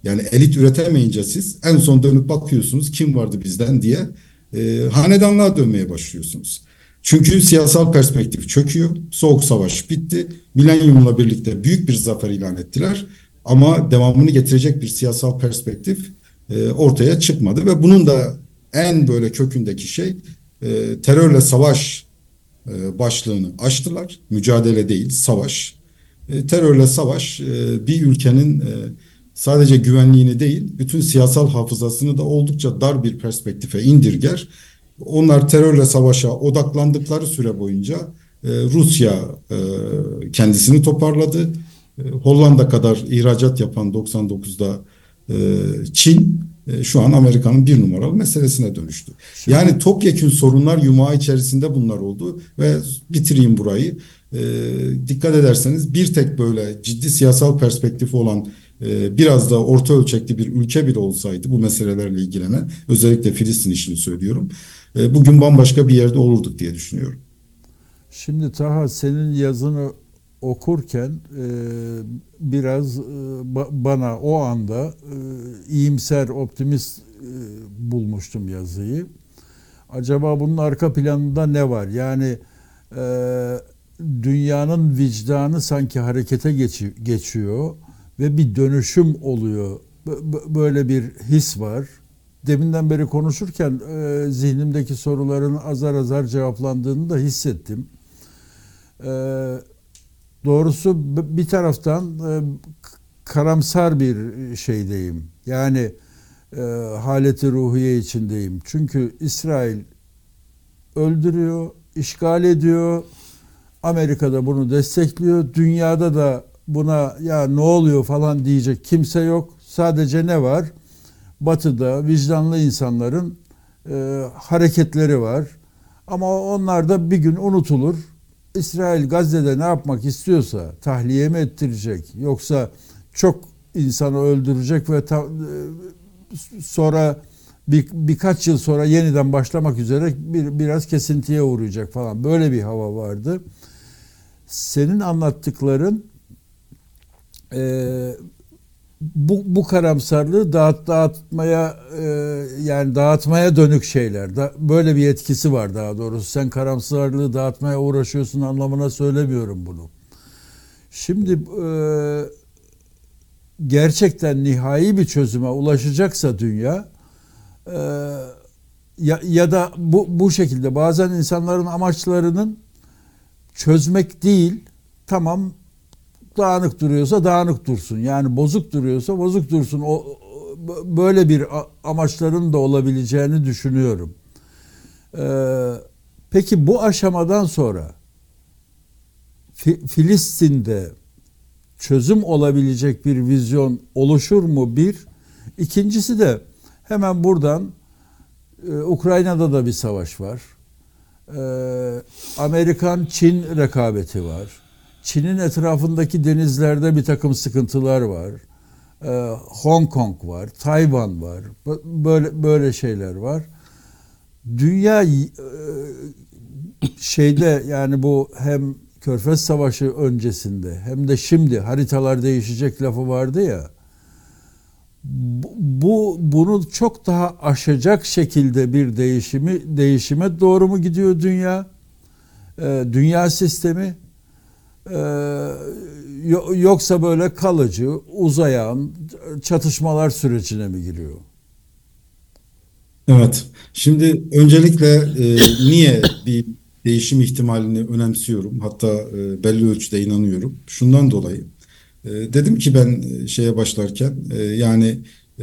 Yani elit üretemeyince siz en son dönüp bakıyorsunuz kim vardı bizden diye hanedanlığa dönmeye başlıyorsunuz. Çünkü siyasal perspektif çöküyor. Soğuk Savaş bitti. Milenyumla birlikte büyük bir zafer ilan ettiler. Ama devamını getirecek bir siyasal perspektif ortaya çıkmadı. Ve bunun da en böyle kökündeki şey terörle savaş başlığını açtılar. Mücadele değil, savaş. Terörle savaş bir ülkenin sadece güvenliğini değil, bütün siyasal hafızasını da oldukça dar bir perspektife indirger. Onlar terörle savaşa odaklandıkları süre boyunca Rusya kendisini toparladı. Hollanda kadar ihracat yapan 99'da Çin şu an Amerika'nın bir numaralı meselesine dönüştü. Yani topyekün sorunlar yumağı içerisinde bunlar oldu ve bitireyim burayı. Dikkat ederseniz bir tek böyle ciddi siyasal perspektifi olan biraz da orta ölçekli bir ülke bile olsaydı bu meselelerle ilgilenen, özellikle Filistin işini söylüyorum, bugün bambaşka bir yerde olurduk diye düşünüyorum. Şimdi Taha, senin yazını okurken biraz bana o anda iyimser, optimist bulmuştum yazıyı. Acaba bunun arka planında ne var? Yani dünyanın vicdanı sanki harekete geçiyor ve bir dönüşüm oluyor. Böyle bir his var. Deminden beri konuşurken zihnimdeki soruların azar azar cevaplandığını da hissettim. Doğrusu bir taraftan karamsar bir şeydeyim. Yani haleti ruhiye içindeyim. Çünkü İsrail öldürüyor, işgal ediyor. Amerika'da bunu destekliyor. Dünyada da buna ya ne oluyor falan diyecek kimse yok. Sadece ne var? Batı'da vicdanlı insanların hareketleri var. Ama onlar da bir gün unutulur. İsrail Gazze'de ne yapmak istiyorsa tahliye mi ettirecek, yoksa çok insanı öldürecek ve sonra birkaç yıl sonra yeniden başlamak üzere biraz kesintiye uğrayacak falan, böyle bir hava vardı. Senin anlattıkların bu karamsarlığı dağıtmaya yani dağıtmaya dönük şeyler. Böyle bir etkisi var daha doğrusu. Sen karamsarlığı dağıtmaya uğraşıyorsun anlamına söylemiyorum bunu. Şimdi gerçekten nihai bir çözüme ulaşacaksa dünya, ya da bu şekilde bazen insanların amaçlarının çözmek değil, tamam, dağınık duruyorsa dağınık dursun. Yani bozuk duruyorsa bozuk dursun. Böyle bir amaçların da olabileceğini düşünüyorum. Peki bu aşamadan sonra Filistin'de çözüm olabilecek bir vizyon oluşur mu? Bir. İkincisi de hemen buradan Ukrayna'da da bir savaş var. Amerikan-Çin rekabeti var. Çin'in etrafındaki denizlerde bir takım sıkıntılar var. Hong Kong var, Tayvan var. Böyle şeyler var. Dünya yani bu hem Körfez Savaşı öncesinde hem de şimdi haritalar değişecek lafı vardı ya. Bunu çok daha aşacak şekilde bir değişime doğru mu gidiyor dünya? Dünya sistemi? Yoksa böyle kalıcı, uzayan çatışmalar sürecine mi giriyor? Evet. Şimdi öncelikle niye bir değişim ihtimalini önemsiyorum? Hatta belli ölçüde inanıyorum. Şundan dolayı. Dedim ki ben şeye başlarken yani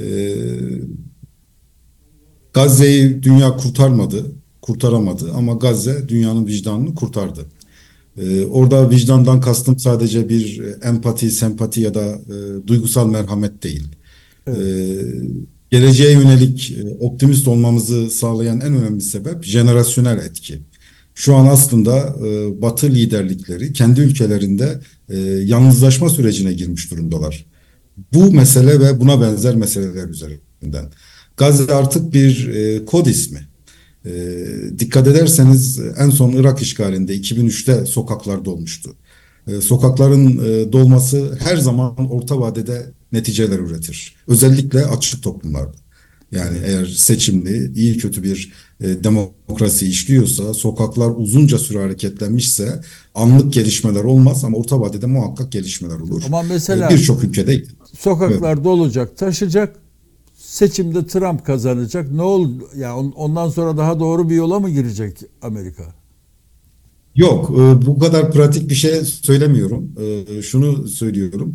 Gazze'yi dünya kurtaramadı ama Gazze dünyanın vicdanını kurtardı. Orada vicdandan kastım sadece bir empati, sempati ya da duygusal merhamet değil. Evet. Geleceğe yönelik optimist olmamızı sağlayan en önemli sebep jenerasyonel etki. Şu an aslında Batı liderlikleri kendi ülkelerinde yalnızlaşma sürecine girmiş durumdalar. Bu mesele ve buna benzer meseleler üzerinden. Gazze artık bir kod ismi. Dikkat ederseniz en son Irak işgalinde 2003'te sokaklar dolmuştu. Sokakların dolması her zaman orta vadede neticeler üretir. Özellikle açık toplumlarda. Yani eğer seçimli, iyi kötü bir demokrasi işliyorsa, sokaklar uzunca süre hareketlenmişse anlık gelişmeler olmaz ama orta vadede muhakkak gelişmeler olur. Ama mesela Birçok ülkede. sokaklar Evet. dolacak, taşacak. Seçimde Trump kazanacak. Ne ol ya ondan sonra daha doğru bir yola mı girecek Amerika? Yok, bu kadar pratik bir şey söylemiyorum. Şunu söylüyorum.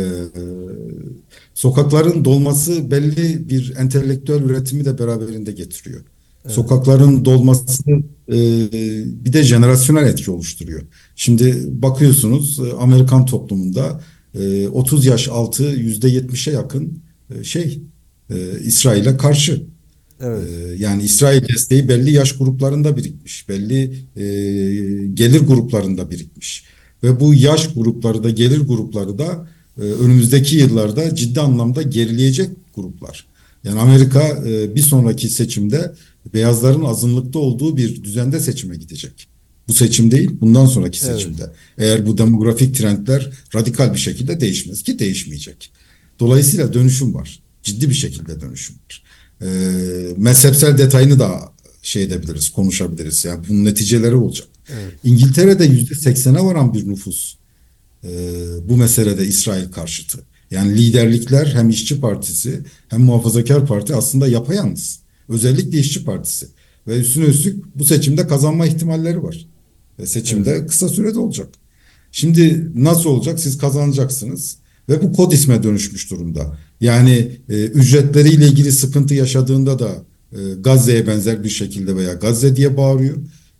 Sokakların dolması belli bir entelektüel üretimi de beraberinde getiriyor. Evet. Sokakların dolması e, bir de jenerasyonel etki oluşturuyor. Şimdi bakıyorsunuz Amerikan toplumunda 30 yaş altı %70'e yakın şey İsrail'e karşı. Evet. Yani İsrail desteği belli yaş gruplarında birikmiş, belli gelir gruplarında birikmiş ve bu yaş grupları da gelir grupları da önümüzdeki yıllarda ciddi anlamda gerileyecek gruplar. Yani Amerika bir sonraki seçimde beyazların azınlıkta olduğu bir düzende seçime gidecek. Bu seçim değil, bundan sonraki Evet. seçimde. Eğer bu demografik trendler radikal bir şekilde değişmez ki değişmeyecek. Dolayısıyla dönüşüm var. Ciddi bir şekilde dönüşüm var. Mezhepsel detayını da şey edebiliriz, konuşabiliriz. Yani bunun neticeleri olacak. Evet. İngiltere'de %80'e varan bir nüfus bu meselede İsrail karşıtı. Yani liderlikler hem İşçi Partisi hem Muhafazakar Parti aslında yapayalnız. Özellikle İşçi Partisi. Ve üstüne üstlük bu seçimde kazanma ihtimalleri var. Seçimde Evet. kısa sürede olacak. Şimdi nasıl olacak? Siz kazanacaksınız ve bu kod isme dönüşmüş durumda. Yani ücretleriyle ilgili sıkıntı yaşadığında da Gazze'ye benzer bir şekilde veya Gazze diye bağırıyor.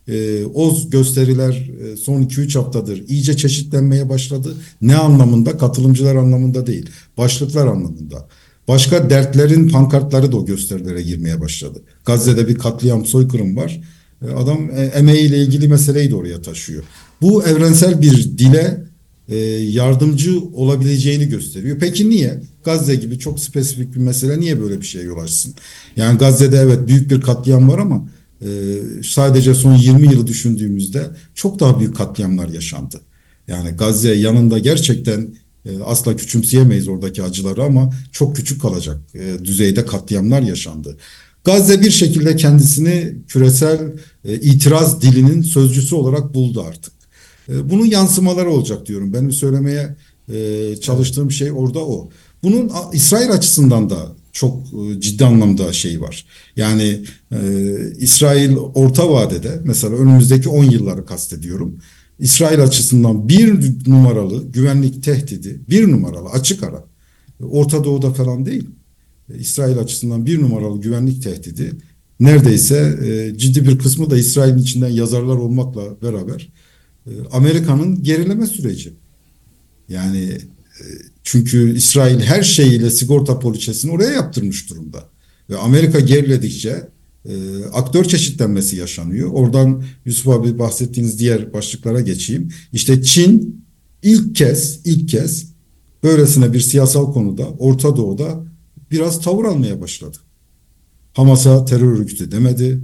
O gösteriler son 2-3 haftadır iyice çeşitlenmeye başladı. Ne anlamında? Katılımcılar anlamında değil. Başlıklar anlamında. Başka dertlerin pankartları da o gösterilere girmeye başladı. Gazze'de bir katliam, soykırım var. Adam emeğiyle ilgili meseleyi de oraya taşıyor. Bu evrensel bir dile yardımcı olabileceğini gösteriyor. Peki niye? Gazze gibi çok spesifik bir mesele niye böyle bir şeye yol açsın? Yani Gazze'de evet büyük bir katliam var ama sadece son 20 yılı düşündüğümüzde çok daha büyük katliamlar yaşandı. Yani Gazze yanında gerçekten asla küçümseyemeyiz oradaki acıları ama çok küçük kalacak düzeyde katliamlar yaşandı. Gazze bir şekilde kendisini küresel itiraz dilinin sözcüsü olarak buldu artık. Bunun yansımaları olacak diyorum. Benim söylemeye çalıştığım şey orada o. Bunun İsrail açısından da çok ciddi anlamda şey var. Yani İsrail orta vadede mesela önümüzdeki 10 yılları kastediyorum. İsrail açısından bir numaralı güvenlik tehdidi, bir numaralı açık ara. Orta Doğu'da falan değil. İsrail açısından bir numaralı güvenlik tehdidi neredeyse ciddi bir kısmı da İsrail'in içinden yazarlar olmakla beraber Amerika'nın gerileme süreci. Yani çünkü İsrail her şeyiyle sigorta poliçesini oraya yaptırmış durumda. Ve Amerika geriledikçe aktör çeşitlenmesi yaşanıyor. Oradan Yusuf abi bahsettiğiniz diğer başlıklara geçeyim. İşte Çin ilk kez böylesine bir siyasal konuda Orta Doğu'da biraz tavır almaya başladı. Hamas'a terör örgütü demedi.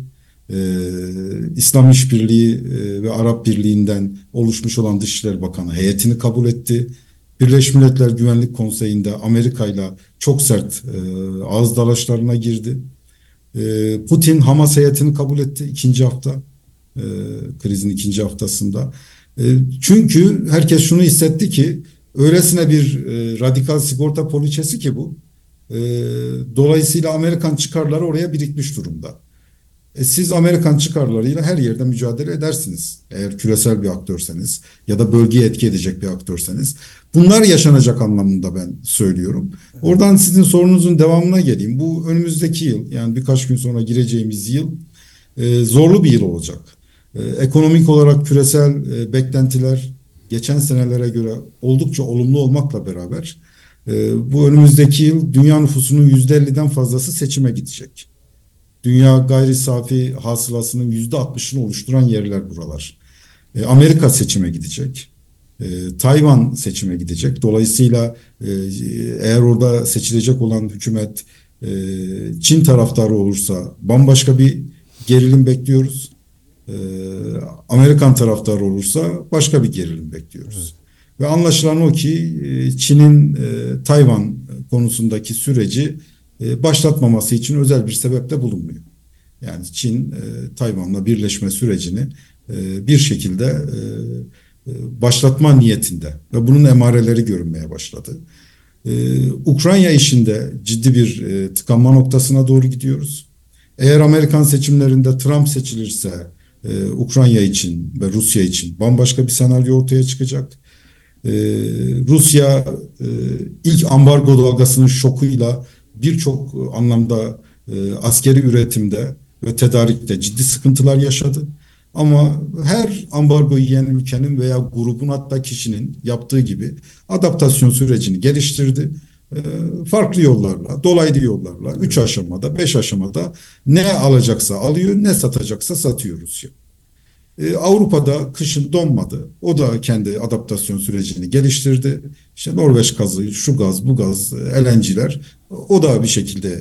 İslam İşbirliği ve Arap Birliği'nden oluşmuş olan Dışişleri Bakanı heyetini kabul etti. Birleşmiş Milletler Güvenlik Konseyi'nde Amerika ile çok sert ağız dalaşlarına girdi. Putin Hamas heyetini kabul etti ikinci hafta, krizin ikinci haftasında. Çünkü herkes şunu hissetti ki öylesine bir radikal sigorta poliçesi ki bu. Dolayısıyla Amerikan çıkarları oraya birikmiş durumda. Siz Amerikan çıkarlarıyla her yerde mücadele edersiniz. Eğer küresel bir aktörseniz ya da bölgeye etki edecek bir aktörseniz. Bunlar yaşanacak anlamında ben söylüyorum. Oradan sizin sorunuzun devamına geleyim. Bu önümüzdeki yıl yani birkaç gün sonra gireceğimiz yıl zorlu bir yıl olacak. Ekonomik olarak küresel beklentiler geçen senelere göre oldukça olumlu olmakla beraber bu önümüzdeki yıl dünya nüfusunun %50'den fazlası seçime gidecek. Dünya gayri safi hasılasının %60'ını oluşturan yerler buralar. Amerika seçime gidecek. Tayvan seçime gidecek. Dolayısıyla eğer orada seçilecek olan hükümet Çin taraftarı olursa bambaşka bir gerilim bekliyoruz. Amerikan taraftarı olursa başka bir gerilim bekliyoruz. Ve anlaşılan o ki Çin'in Tayvan konusundaki süreci başlatmaması için özel bir sebep de bulunmuyor. Yani Çin Tayvan'la birleşme sürecini bir şekilde başlatma niyetinde ve bunun emareleri görünmeye başladı. Ukrayna işinde ciddi bir tıkanma noktasına doğru gidiyoruz. Eğer Amerikan seçimlerinde Trump seçilirse Ukrayna için ve Rusya için bambaşka bir senaryo ortaya çıkacak. Rusya ilk ambargo dalgasının şokuyla birçok anlamda askeri üretimde ve tedarikte ciddi sıkıntılar yaşadı. Ama her ambargo yiyen ülkenin veya grubun, hatta kişinin yaptığı gibi adaptasyon sürecini geliştirdi. Farklı yollarla, dolaylı yollarla, 3 aşamada, 5 aşamada ne alacaksa alıyor, ne satacaksa satıyor Rusya. Avrupa'da kışın donmadı. O da kendi adaptasyon sürecini geliştirdi. İşte Norveç gazı, şu gaz, bu gaz, LNG'ler, o da bir şekilde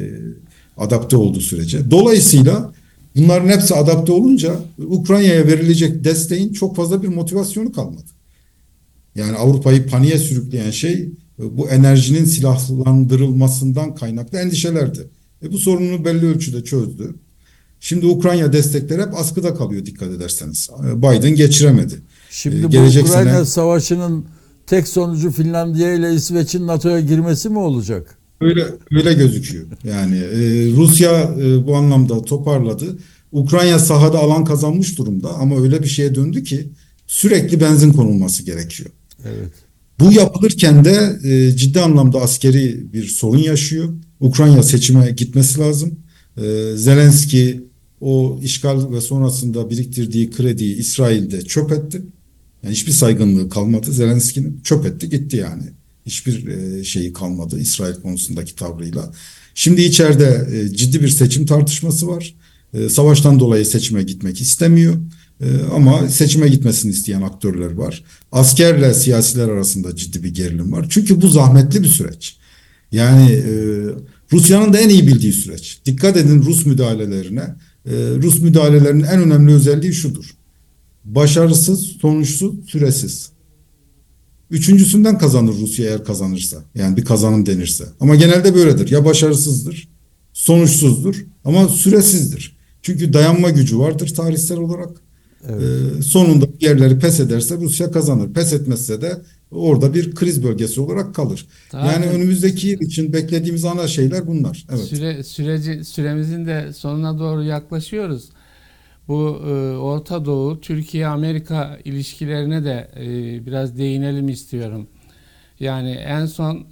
adapte oldu sürece. Dolayısıyla bunların hepsi adapte olunca Ukrayna'ya verilecek desteğin çok fazla bir motivasyonu kalmadı. Yani Avrupa'yı paniğe sürükleyen şey bu enerjinin silahlandırılmasından kaynaklı endişelerdi. Bu sorunu belli ölçüde çözdü. Şimdi Ukrayna destekleri hep askıda kalıyor, dikkat ederseniz. Biden geçiremedi. Şimdi bu Gelecek Ukrayna sene Savaşı'nın tek sonucu Finlandiya ile İsveç'in NATO'ya girmesi mi olacak? öyle gözüküyor. Yani Rusya bu anlamda toparladı. Ukrayna sahada alan kazanmış durumda ama öyle bir şeye döndü ki sürekli benzin konulması gerekiyor. Evet. Bu yapılırken de ciddi anlamda askeri bir sorun yaşıyor. Ukrayna seçime gitmesi lazım. Zelenski o işgal ve sonrasında biriktirdiği krediyi İsrail'de çöp etti. Yani hiçbir saygınlığı kalmadı Zelenski'nin. Çöp etti gitti yani. Hiçbir şeyi kalmadı İsrail konusundaki tavrıyla. Şimdi içeride ciddi bir seçim tartışması var. Savaştan dolayı seçime gitmek istemiyor. Ama seçime gitmesini isteyen aktörler var. Askerle siyasiler arasında ciddi bir gerilim var. Çünkü bu zahmetli bir süreç. Yani Rusya'nın da en iyi bildiği süreç. Dikkat edin Rus müdahalelerine. Rus müdahalelerinin en önemli özelliği şudur: başarısız, sonuçsuz, süresiz. Üçüncüsünden kazanır Rusya eğer kazanırsa. Yani bir kazanım denirse. Ama genelde böyledir. Ya başarısızdır, sonuçsuzdur ama süresizdir. Çünkü dayanma gücü vardır tarihsel olarak. Evet. Sonunda yerleri pes ederse Rusya kazanır. Pes etmezse de orada bir kriz bölgesi olarak kalır. Yani Zaten önümüzdeki yıl için beklediğimiz ana şeyler bunlar. Evet. süremizin de sonuna doğru yaklaşıyoruz. Bu Orta Doğu, Türkiye-Amerika ilişkilerine de biraz değinelim istiyorum. Yani en son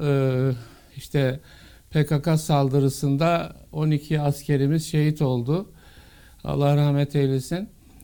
işte PKK saldırısında 12 askerimiz şehit oldu. Allah rahmet eylesin.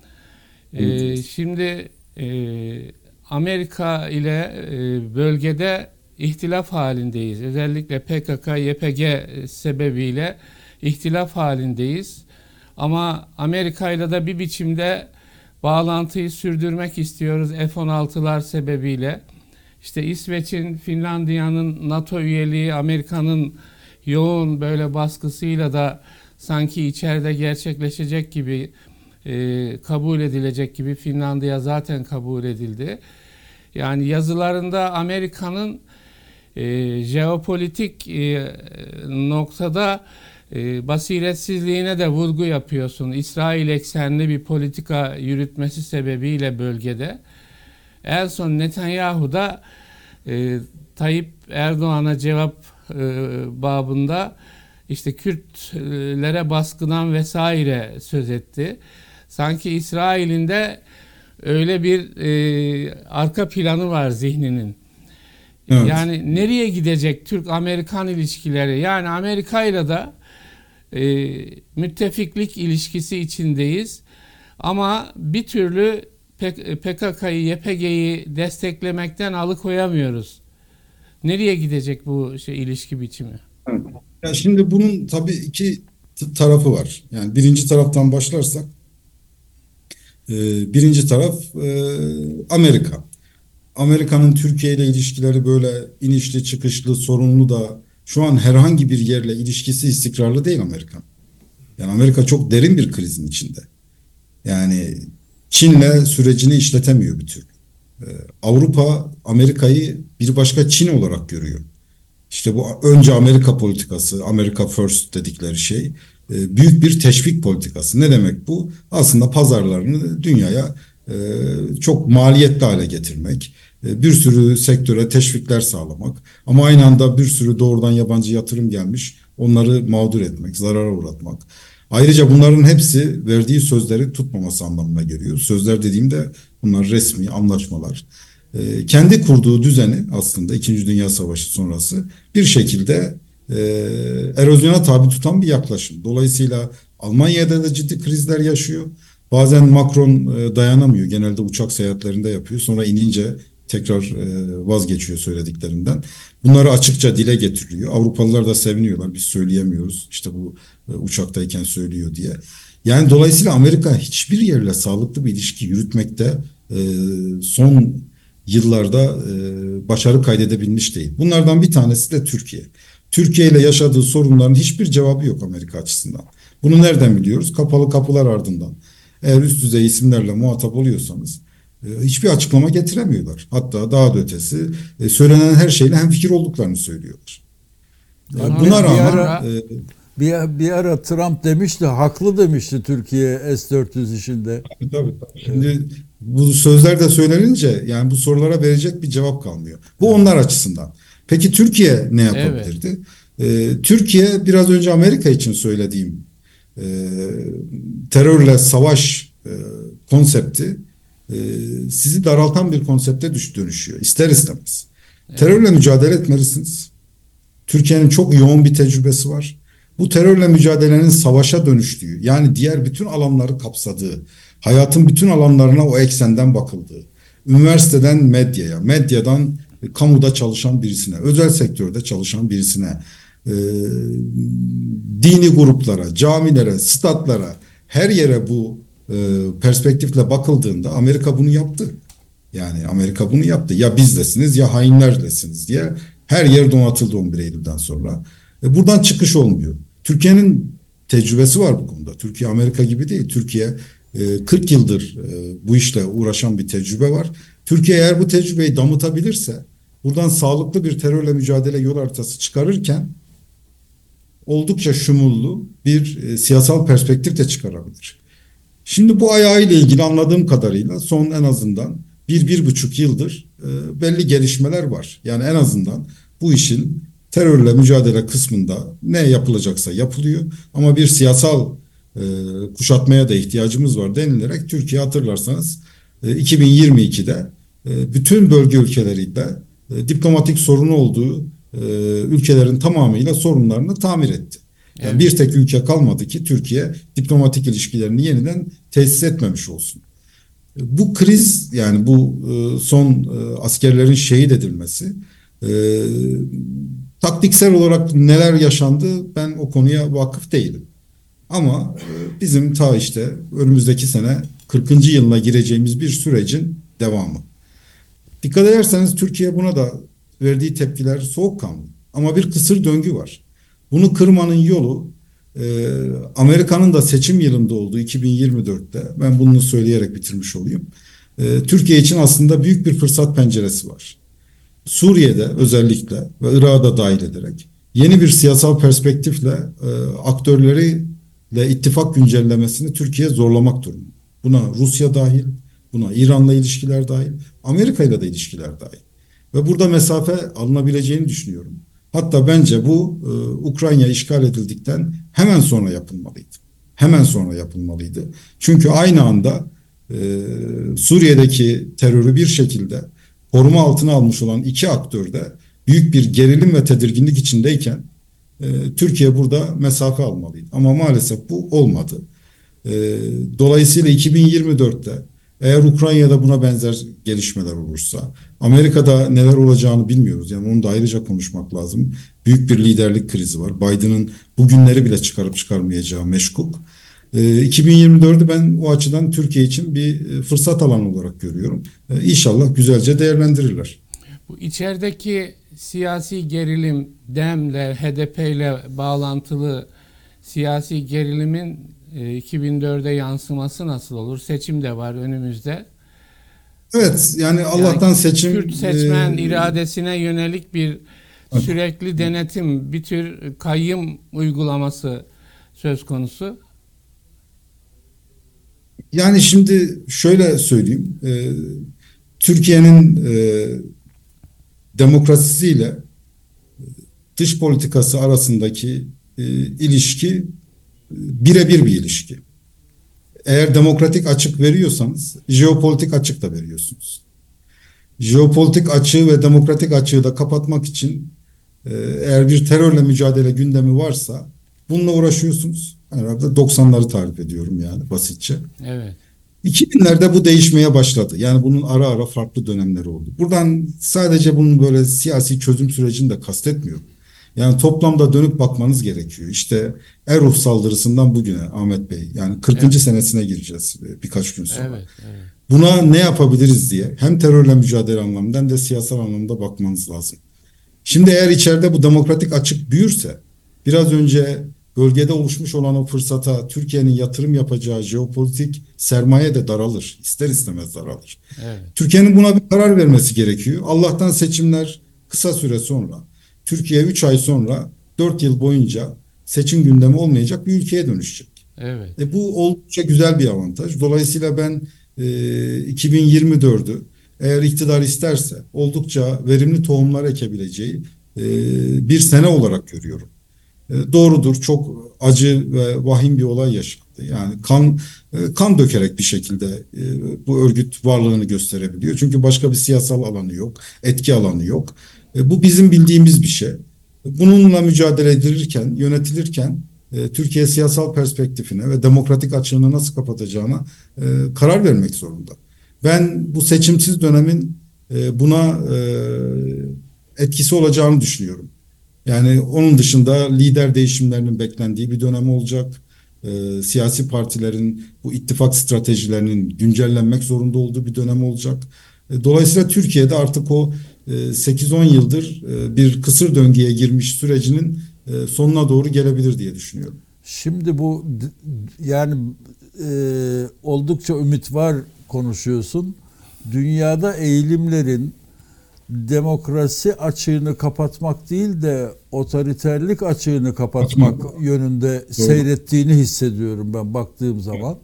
Şimdi Amerika ile bölgede ihtilaf halindeyiz. Özellikle PKK, YPG sebebiyle ihtilaf halindeyiz. Ama Amerika ile de bir biçimde bağlantıyı sürdürmek istiyoruz F-16'lar sebebiyle. İşte İsveç'in, Finlandiya'nın NATO üyeliği, Amerika'nın yoğun böyle baskısıyla da sanki içeride gerçekleşecek gibi, kabul edilecek gibi. Finlandiya zaten kabul edildi. Yani yazılarında Amerika'nın jeopolitik noktada basiretsizliğine de vurgu yapıyorsun. İsrail eksenli bir politika yürütmesi sebebiyle bölgede. En son Netanyahu da Tayyip Erdoğan'a cevap babında işte Kürtlere baskıdan vesaire söz etti. Sanki İsrail'in de öyle bir arka planı var zihninin. Evet. Yani nereye gidecek Türk-Amerikan ilişkileri? Yani Amerika ile de müttefiklik ilişkisi içindeyiz. Ama bir türlü PKK'yı, YPG'yi desteklemekten alıkoyamıyoruz. Nereye gidecek bu ilişki biçimi? Evet. Ya şimdi bunun tabii iki tarafı var. Yani birinci taraftan başlarsak, birinci taraf Amerika. Amerika'nın Türkiye ile ilişkileri böyle inişli çıkışlı, sorunlu da şu an herhangi bir yerle ilişkisi istikrarlı değil Amerika. Yani Amerika çok derin bir krizin içinde. Yani Çin'le sürecini işletemiyor bir türlü. Avrupa Amerika'yı bir başka Çin olarak görüyor. İşte bu önce Amerika politikası, America First dedikleri şey büyük bir teşvik politikası. Ne demek bu? Aslında pazarlarını dünyaya çok maliyetli hale getirmek, bir sürü sektöre teşvikler sağlamak ama aynı anda bir sürü doğrudan yabancı yatırım gelmiş, onları mağdur etmek, zarara uğratmak. Ayrıca bunların hepsi verdiği sözleri tutmaması anlamına geliyor. Sözler dediğimde bunlar resmi anlaşmalar. Kendi kurduğu düzeni aslında İkinci Dünya Savaşı sonrası bir şekilde erozyona tabi tutan bir yaklaşım. Dolayısıyla Almanya'da da ciddi krizler yaşıyor. Bazen Macron dayanamıyor. Genelde uçak seyahatlerinde yapıyor. Sonra inince tekrar vazgeçiyor söylediklerinden. Bunları açıkça dile getiriyor. Avrupalılar da seviniyorlar. Biz söyleyemiyoruz. İşte bu uçaktayken söylüyor diye. Yani dolayısıyla Amerika hiçbir yerle sağlıklı bir ilişki yürütmekte son yıllarda başarı kaydedebilmiş değil. Bunlardan bir tanesi de Türkiye. Türkiye ile yaşadığı sorunların hiçbir cevabı yok Amerika açısından. Bunu nereden biliyoruz? Kapalı kapılar ardından. Eğer üst düzey isimlerle muhatap oluyorsanız hiçbir açıklama getiremiyorlar. Hatta daha da ötesi söylenen her şeyle hemfikir olduklarını söylüyorlar. Buna rağmen bir ara Trump demişti, haklı demişti Türkiye S-400 işinde. tabii. Şimdi bu sözler de söylenince yani bu sorulara verecek bir cevap kalmıyor. Bu onlar açısından. Peki Türkiye ne yapabilirdi? Türkiye biraz önce Amerika için söylediğim terörle savaş konsepti sizi daraltan bir konsepte dönüşüyor. İster istemez. Evet. Terörle mücadele etmelisiniz. Türkiye'nin çok yoğun bir tecrübesi var. Bu terörle mücadelenin savaşa dönüştüğü, yani diğer bütün alanları kapsadığı, hayatın bütün alanlarına o eksenden bakıldığı, üniversiteden medyaya, medyadan kamuda çalışan birisine, özel sektörde çalışan birisine, dini gruplara, camilere, statlara, her yere bu perspektifle bakıldığında Amerika bunu yaptı. Yani Amerika bunu yaptı. Ya bizdesiniz ya hainlerlesiniz diye her yer donatıldı 11 Eylül'den sonra. Buradan çıkış olmuyor. Türkiye'nin tecrübesi var bu konuda. Türkiye Amerika gibi değil. Türkiye 40 yıldır bu işle uğraşan bir tecrübe var. Türkiye eğer bu tecrübeyi damıtabilirse buradan sağlıklı bir terörle mücadele yol haritası çıkarırken oldukça şumullu bir siyasal perspektif de çıkarabilir. Şimdi bu ayağıyla ilgili anladığım kadarıyla son en azından 1-1,5 yıldır belli gelişmeler var. Yani en azından bu işin terörle mücadele kısmında ne yapılacaksa yapılıyor. Ama bir siyasal kuşatmaya da ihtiyacımız var denilerek Türkiye hatırlarsanız 2022'de bütün bölge ülkeleriyle diplomatik sorunu olduğu ülkelerin tamamıyla sorunlarını tamir etti. Yani evet. Bir tek ülke kalmadı ki Türkiye diplomatik ilişkilerini yeniden tesis etmemiş olsun. Bu kriz, yani bu son askerlerin şehit edilmesi, taktiksel olarak neler yaşandı ben o konuya vakıf değilim. Ama bizim ta işte önümüzdeki sene 40. yılına gireceğimiz bir sürecin devamı. Dikkat ederseniz Türkiye buna da verdiği tepkiler soğukkanlı. Ama bir kısır döngü var. Bunu kırmanın yolu Amerika'nın da seçim yılında olduğu 2024'te, ben bunu söyleyerek bitirmiş olayım. Türkiye için aslında büyük bir fırsat penceresi var. Suriye'de özellikle ve Irak'ı da dahil ederek yeni bir siyasal perspektifle aktörleriyle ittifak güncellemesini Türkiye zorlamak durumunda. Buna Rusya dahil, buna İran'la ilişkiler dahil, Amerika'yla da ilişkiler dahil. Ve burada mesafe alınabileceğini düşünüyorum. Hatta bence bu Ukrayna işgal edildikten hemen sonra yapılmalıydı. Hemen sonra yapılmalıydı. Çünkü aynı anda Suriye'deki terörü bir şekilde koruma altına almış olan iki aktör de büyük bir gerilim ve tedirginlik içindeyken Türkiye burada mesafe almalıydı. Ama maalesef bu olmadı. Dolayısıyla 2024'te eğer Ukrayna'da buna benzer gelişmeler olursa, Amerika'da neler olacağını bilmiyoruz. Yani onu da ayrıca konuşmak lazım. Büyük bir liderlik krizi var. Biden'ın bugünleri bile çıkarıp çıkarmayacağı meşkuk. 2024'ü ben o açıdan Türkiye için bir fırsat alanı olarak görüyorum. İnşallah güzelce değerlendirirler. Bu içerideki siyasi gerilim, DEM'le, HDP'yle bağlantılı siyasi gerilimin 2004'e yansıması nasıl olur? Seçim de var önümüzde. Evet, yani Allah'tan seçim Kürt seçmen iradesine yönelik bir sürekli denetim, bir tür kayyım uygulaması söz konusu. yani şimdi şöyle söyleyeyim, Türkiye'nin demokrasisiyle dış politikası arasındaki ilişki birebir bir ilişki. Eğer demokratik açık veriyorsanız jeopolitik açık da veriyorsunuz. Jeopolitik açığı ve demokratik açığı da kapatmak için eğer bir terörle mücadele gündemi varsa bununla uğraşıyorsunuz. Herhalde 90'ları tarif ediyorum yani basitçe. Evet. 2000'lerde bu değişmeye başladı. Yani bunun ara ara farklı dönemleri oldu. Buradan sadece bunun böyle siyasi çözüm sürecini de kastetmiyorum. Yani toplamda dönüp bakmanız gerekiyor. İşte Eruf saldırısından bugüne Ahmet Bey, yani 40. senesine gireceğiz birkaç gün sonra. Evet, evet. Buna ne yapabiliriz diye hem terörle mücadele anlamında hem de siyasal anlamda bakmanız lazım. Şimdi eğer içeride bu demokratik açık büyürse, biraz önce bölgede oluşmuş olan o fırsata Türkiye'nin yatırım yapacağı jeopolitik sermaye de daralır. İster istemez daralır. Evet. Türkiye'nin buna bir karar vermesi gerekiyor. Allah'tan seçimler kısa süre sonra, Türkiye 3 ay sonra 4 yıl boyunca seçim gündemi olmayacak bir ülkeye dönüşecek. Evet. Bu oldukça güzel bir avantaj. Dolayısıyla ben 2024'ü eğer iktidar isterse oldukça verimli tohumlar ekebileceği bir sene olarak görüyorum. Doğrudur, çok acı ve vahim bir olay yaşandı. Yani kan dökerek bir şekilde bu örgüt varlığını gösterebiliyor. Çünkü başka bir siyasal alanı yok, etki alanı yok. Bu bizim bildiğimiz bir şey. Bununla mücadele edilirken, yönetilirken Türkiye siyasal perspektifine ve demokratik açığını nasıl kapatacağına karar vermek zorunda. Ben bu seçimsiz dönemin buna etkisi olacağını düşünüyorum. Yani onun dışında lider değişimlerinin beklendiği bir dönem olacak. Siyasi partilerin bu ittifak stratejilerinin güncellenmek zorunda olduğu bir dönem olacak. Dolayısıyla Türkiye'de artık o 8-10 yıldır bir kısır döngüye girmiş sürecinin sonuna doğru gelebilir diye düşünüyorum. Şimdi bu yani oldukça ümit var konuşuyorsun. Dünyada eğilimlerin demokrasi açığını kapatmak değil de otoriterlik açığını kapatmak yönünde seyrettiğini hissediyorum ben baktığım zaman.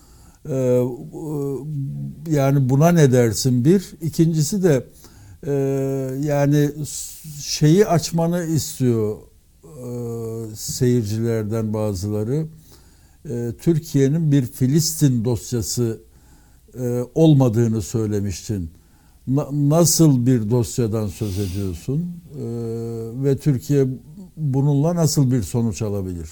Yani buna ne dersin bir? İkincisi de yani şeyi açmanı istiyor seyircilerden bazıları. Türkiye'nin bir Filistin dosyası olmadığını söylemiştin. Nasıl bir dosyadan söz ediyorsun ve Türkiye bununla nasıl bir sonuç alabilir?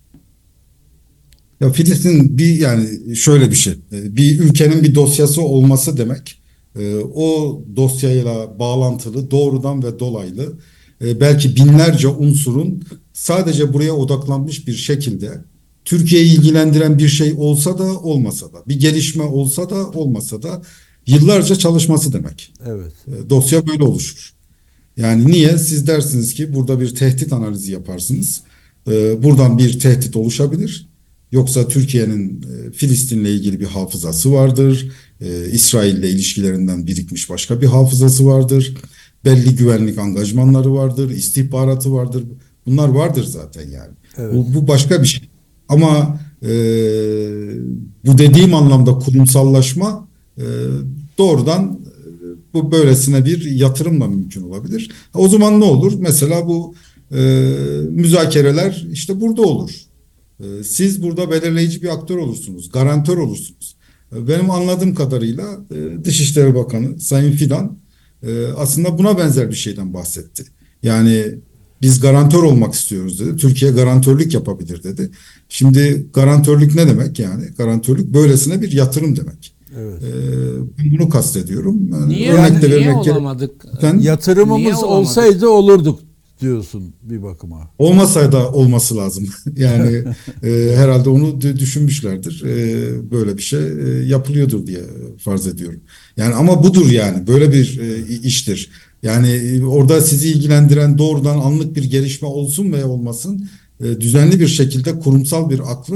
Ya Filistin yani şöyle bir şey. Bir ülkenin bir dosyası olması demek, o dosyayla bağlantılı doğrudan ve dolaylı belki binlerce unsurun sadece buraya odaklanmış bir şekilde Türkiye'yi ilgilendiren bir şey olsa da olmasa da, bir gelişme olsa da olmasa da yıllarca çalışması demek. Evet. Dosya böyle oluşur. Yani niye? Siz dersiniz ki burada bir tehdit analizi yaparsınız. Buradan bir tehdit oluşabilir. Yoksa Türkiye'nin Filistin'le ilgili bir hafızası vardır. İsrail'le ilişkilerinden birikmiş başka bir hafızası vardır. Belli güvenlik angajmanları vardır, istihbaratı vardır. Bunlar vardır zaten yani. Evet. Bu başka bir şey. Ama bu dediğim anlamda kurumsallaşma doğrudan bu böylesine bir yatırımla mümkün olabilir. O zaman ne olur? Mesela bu müzakereler işte burada olur. Siz burada belirleyici bir aktör olursunuz, garantör olursunuz. Benim anladığım kadarıyla Dışişleri Bakanı Sayın Fidan aslında buna benzer bir şeyden bahsetti. Yani biz garantör olmak istiyoruz dedi. Türkiye garantörlük yapabilir dedi. Şimdi garantörlük ne demek yani? Garantörlük böylesine bir yatırım demek. Evet. Bunu kastediyorum. Niye olamadık? Yatırımımız Niye olsaydı olurduk diyorsun bir bakıma. Olmasaydı olması lazım. Yani herhalde onu düşünmüşlerdir. Böyle bir şey yapılıyordur diye farz ediyorum. Yani ama budur yani. Böyle bir iştir. Yani orada sizi ilgilendiren doğrudan anlık bir gelişme olsun veya olmasın düzenli bir şekilde kurumsal bir aklın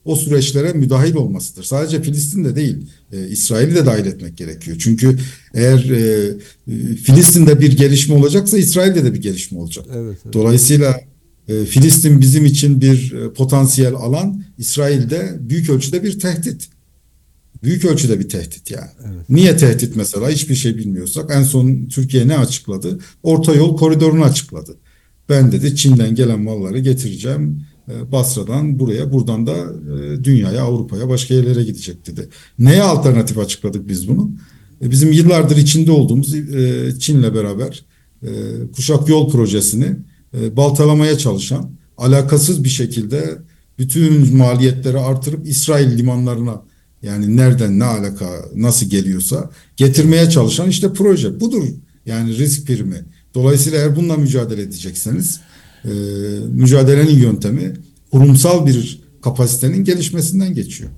o süreçlere müdahil olmasıdır. Sadece Filistin'de değil, İsrail'i de dahil etmek gerekiyor. Çünkü eğer Filistin'de bir gelişme olacaksa İsrail'de de bir gelişme olacak. Evet, evet. Dolayısıyla Filistin bizim için bir potansiyel alan, İsrail'de büyük ölçüde bir tehdit. Büyük ölçüde bir tehdit yani. Evet. Niye tehdit mesela? Hiçbir şey bilmiyorsak. En son Türkiye ne açıkladı? Orta Yol Koridoru'nu açıkladı. Ben dedi Çin'den gelen malları getireceğim. Basra'dan buraya, buradan da dünyaya, Avrupa'ya, başka yerlere gidecek dedi. Neye alternatif açıkladık biz bunu? Bizim yıllardır içinde olduğumuz Çin'le beraber Kuşak Yol projesini baltalamaya çalışan, alakasız bir şekilde bütün maliyetleri artırıp İsrail limanlarına, yani nereden ne alaka nasıl geliyorsa getirmeye çalışan işte proje. Budur yani risk primi. Dolayısıyla eğer bununla mücadele edecekseniz mücadelenin yöntemi kurumsal bir kapasitenin gelişmesinden geçiyor.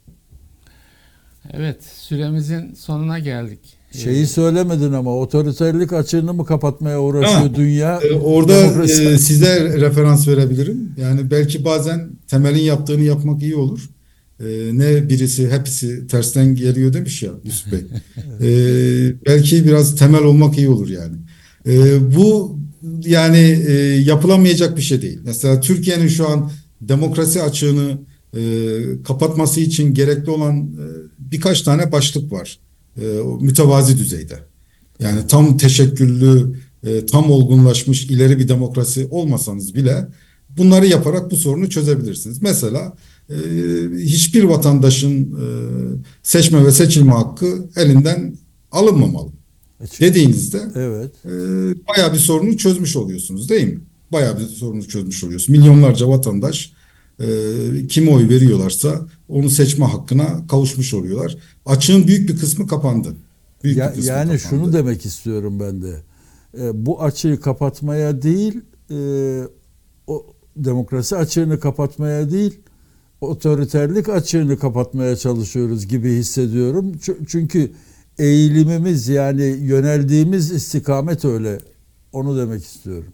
Evet, süremizin sonuna geldik. Şeyi söylemedin ama otoriterlik açığını mı kapatmaya uğraşıyor dünya? Orada Demokrasi. size referans verebilirim. Yani belki bazen temelin yaptığını yapmak iyi olur. Ne birisi hepsi tersten geliyor demiş ya Yusuf Bey. Belki biraz temel olmak iyi olur yani. Bu yani yapılamayacak bir şey değil. Mesela Türkiye'nin şu an demokrasi açığını kapatması için gerekli olan birkaç tane başlık var. Mütevazi düzeyde. Yani tam teşekküllü, tam olgunlaşmış ileri bir demokrasi olmasanız bile bunları yaparak bu sorunu çözebilirsiniz. Mesela hiçbir vatandaşın seçme ve seçilme hakkı elinden alınmamalı dediğinizde Evet. bayağı bir sorunu çözmüş oluyorsunuz değil mi? Bayağı bir sorunu çözmüş oluyorsunuz. Milyonlarca vatandaş kime oy veriyorlarsa onu seçme hakkına kavuşmuş oluyorlar. Açığın büyük bir kısmı kapandı. Büyük bir kısmı Yani kapandı. şunu demek istiyorum ben de. Bu açığı kapatmaya değil, o demokrasi açığını kapatmaya değil, otoriterlik açığını kapatmaya çalışıyoruz gibi hissediyorum. Çünkü eğilimimiz, yani yöneldiğimiz istikamet öyle. Onu demek istiyorum.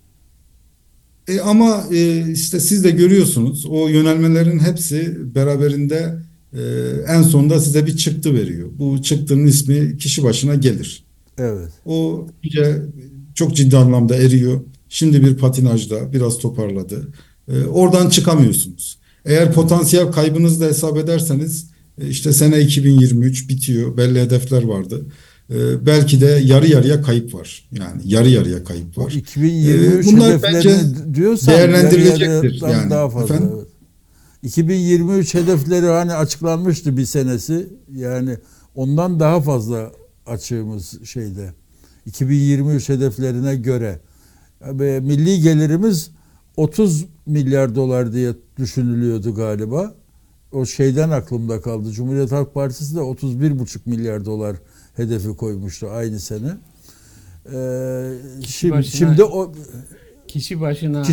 Ama işte siz de görüyorsunuz o yönelmelerin hepsi beraberinde en sonunda size bir çıktı veriyor. Bu çıktının ismi kişi başına gelir. Evet. O önce çok ciddi anlamda eriyor. Şimdi bir patinajda biraz toparladı. Oradan çıkamıyorsunuz. Eğer potansiyel kaybınızı da hesap ederseniz işte sene 2023 bitiyor. Belli hedefler vardı. Belki de yarı yarıya kayıp var. Yani yarı yarıya kayıp var. 2023 Bunlar bence hedeflerini diyorsan değerlendirilecektir yarıdan yani. daha fazla. Efendim? Evet. 2023 hedefleri hani açıklanmıştı bir senesi. Yani ondan daha fazla açığımız şeyde. 2023 hedeflerine göre. Ve milli gelirimiz 30 milyar dolar diye düşünülüyordu galiba. O şeyden aklımda kaldı. Cumhuriyet Halk Partisi de 31,5 milyar dolar hedefi koymuştu aynı sene. Şimdi o kişi başına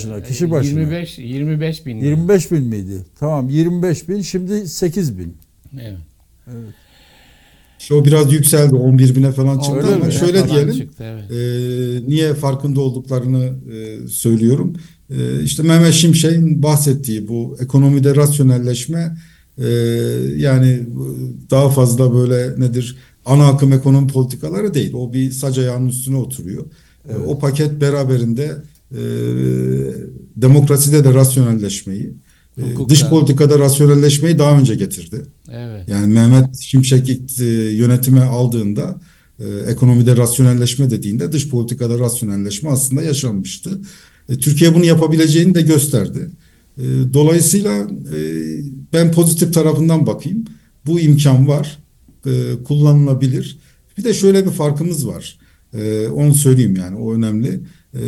25 bin. 25 bin miydi? Tamam, 25 bin, şimdi 8 bin. Evet. Evet. O biraz yükseldi. 11 bine falan çıktı Öyle ama mi? şöyle Falan diyelim. çıktı, evet. Niye farkında olduklarını söylüyorum. İşte Mehmet Şimşek'in bahsettiği bu ekonomide rasyonelleşme, yani daha fazla böyle nedir, ana akım ekonomi politikaları değil. O bir sac ayağının üstüne oturuyor. Evet. O paket beraberinde demokraside de rasyonelleşmeyi, dış politikada rasyonelleşmeyi daha önce getirdi. Evet. Yani Mehmet Şimşek yönetime aldığında ekonomide rasyonelleşme dediğinde dış politikada rasyonelleşme aslında yaşanmıştı. Türkiye bunu yapabileceğini de gösterdi. Dolayısıyla ben pozitif tarafından bakayım. Bu imkan var. Kullanılabilir. Bir de şöyle bir farkımız var. Onu söyleyeyim, yani o önemli.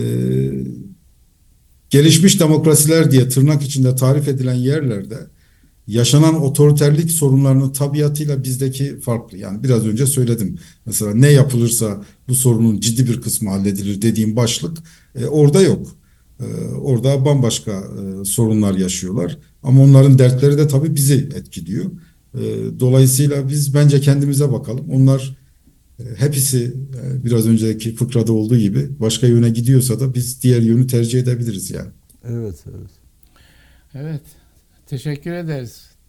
Gelişmiş demokrasiler diye tırnak içinde tarif edilen yerlerde yaşanan otoriterlik sorunlarının tabiatıyla bizdeki farklı. Yani biraz önce söyledim. Mesela ne yapılırsa bu sorunun ciddi bir kısmı halledilir dediğim başlık orada yok. Orada bambaşka sorunlar yaşıyorlar. Ama onların dertleri de tabii bizi etkiliyor. Dolayısıyla biz bence kendimize bakalım. Onlar hepsi biraz önceki fıkrada olduğu gibi başka yöne gidiyorsa da biz diğer yönü tercih edebiliriz yani. Evet, evet. Evet. Teşekkür ederiz.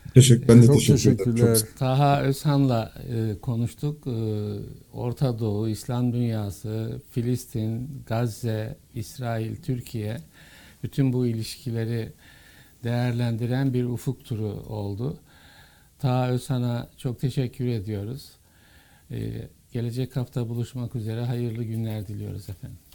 Ben de Çok teşekkür ederim. teşekkürler. Taha Özhan'la konuştuk. Orta Doğu, İslam dünyası, Filistin, Gazze, İsrail, Türkiye, bütün bu ilişkileri değerlendiren bir ufuk turu oldu. Taha Özhan'a çok teşekkür ediyoruz. Gelecek hafta buluşmak üzere, hayırlı günler diliyoruz efendim.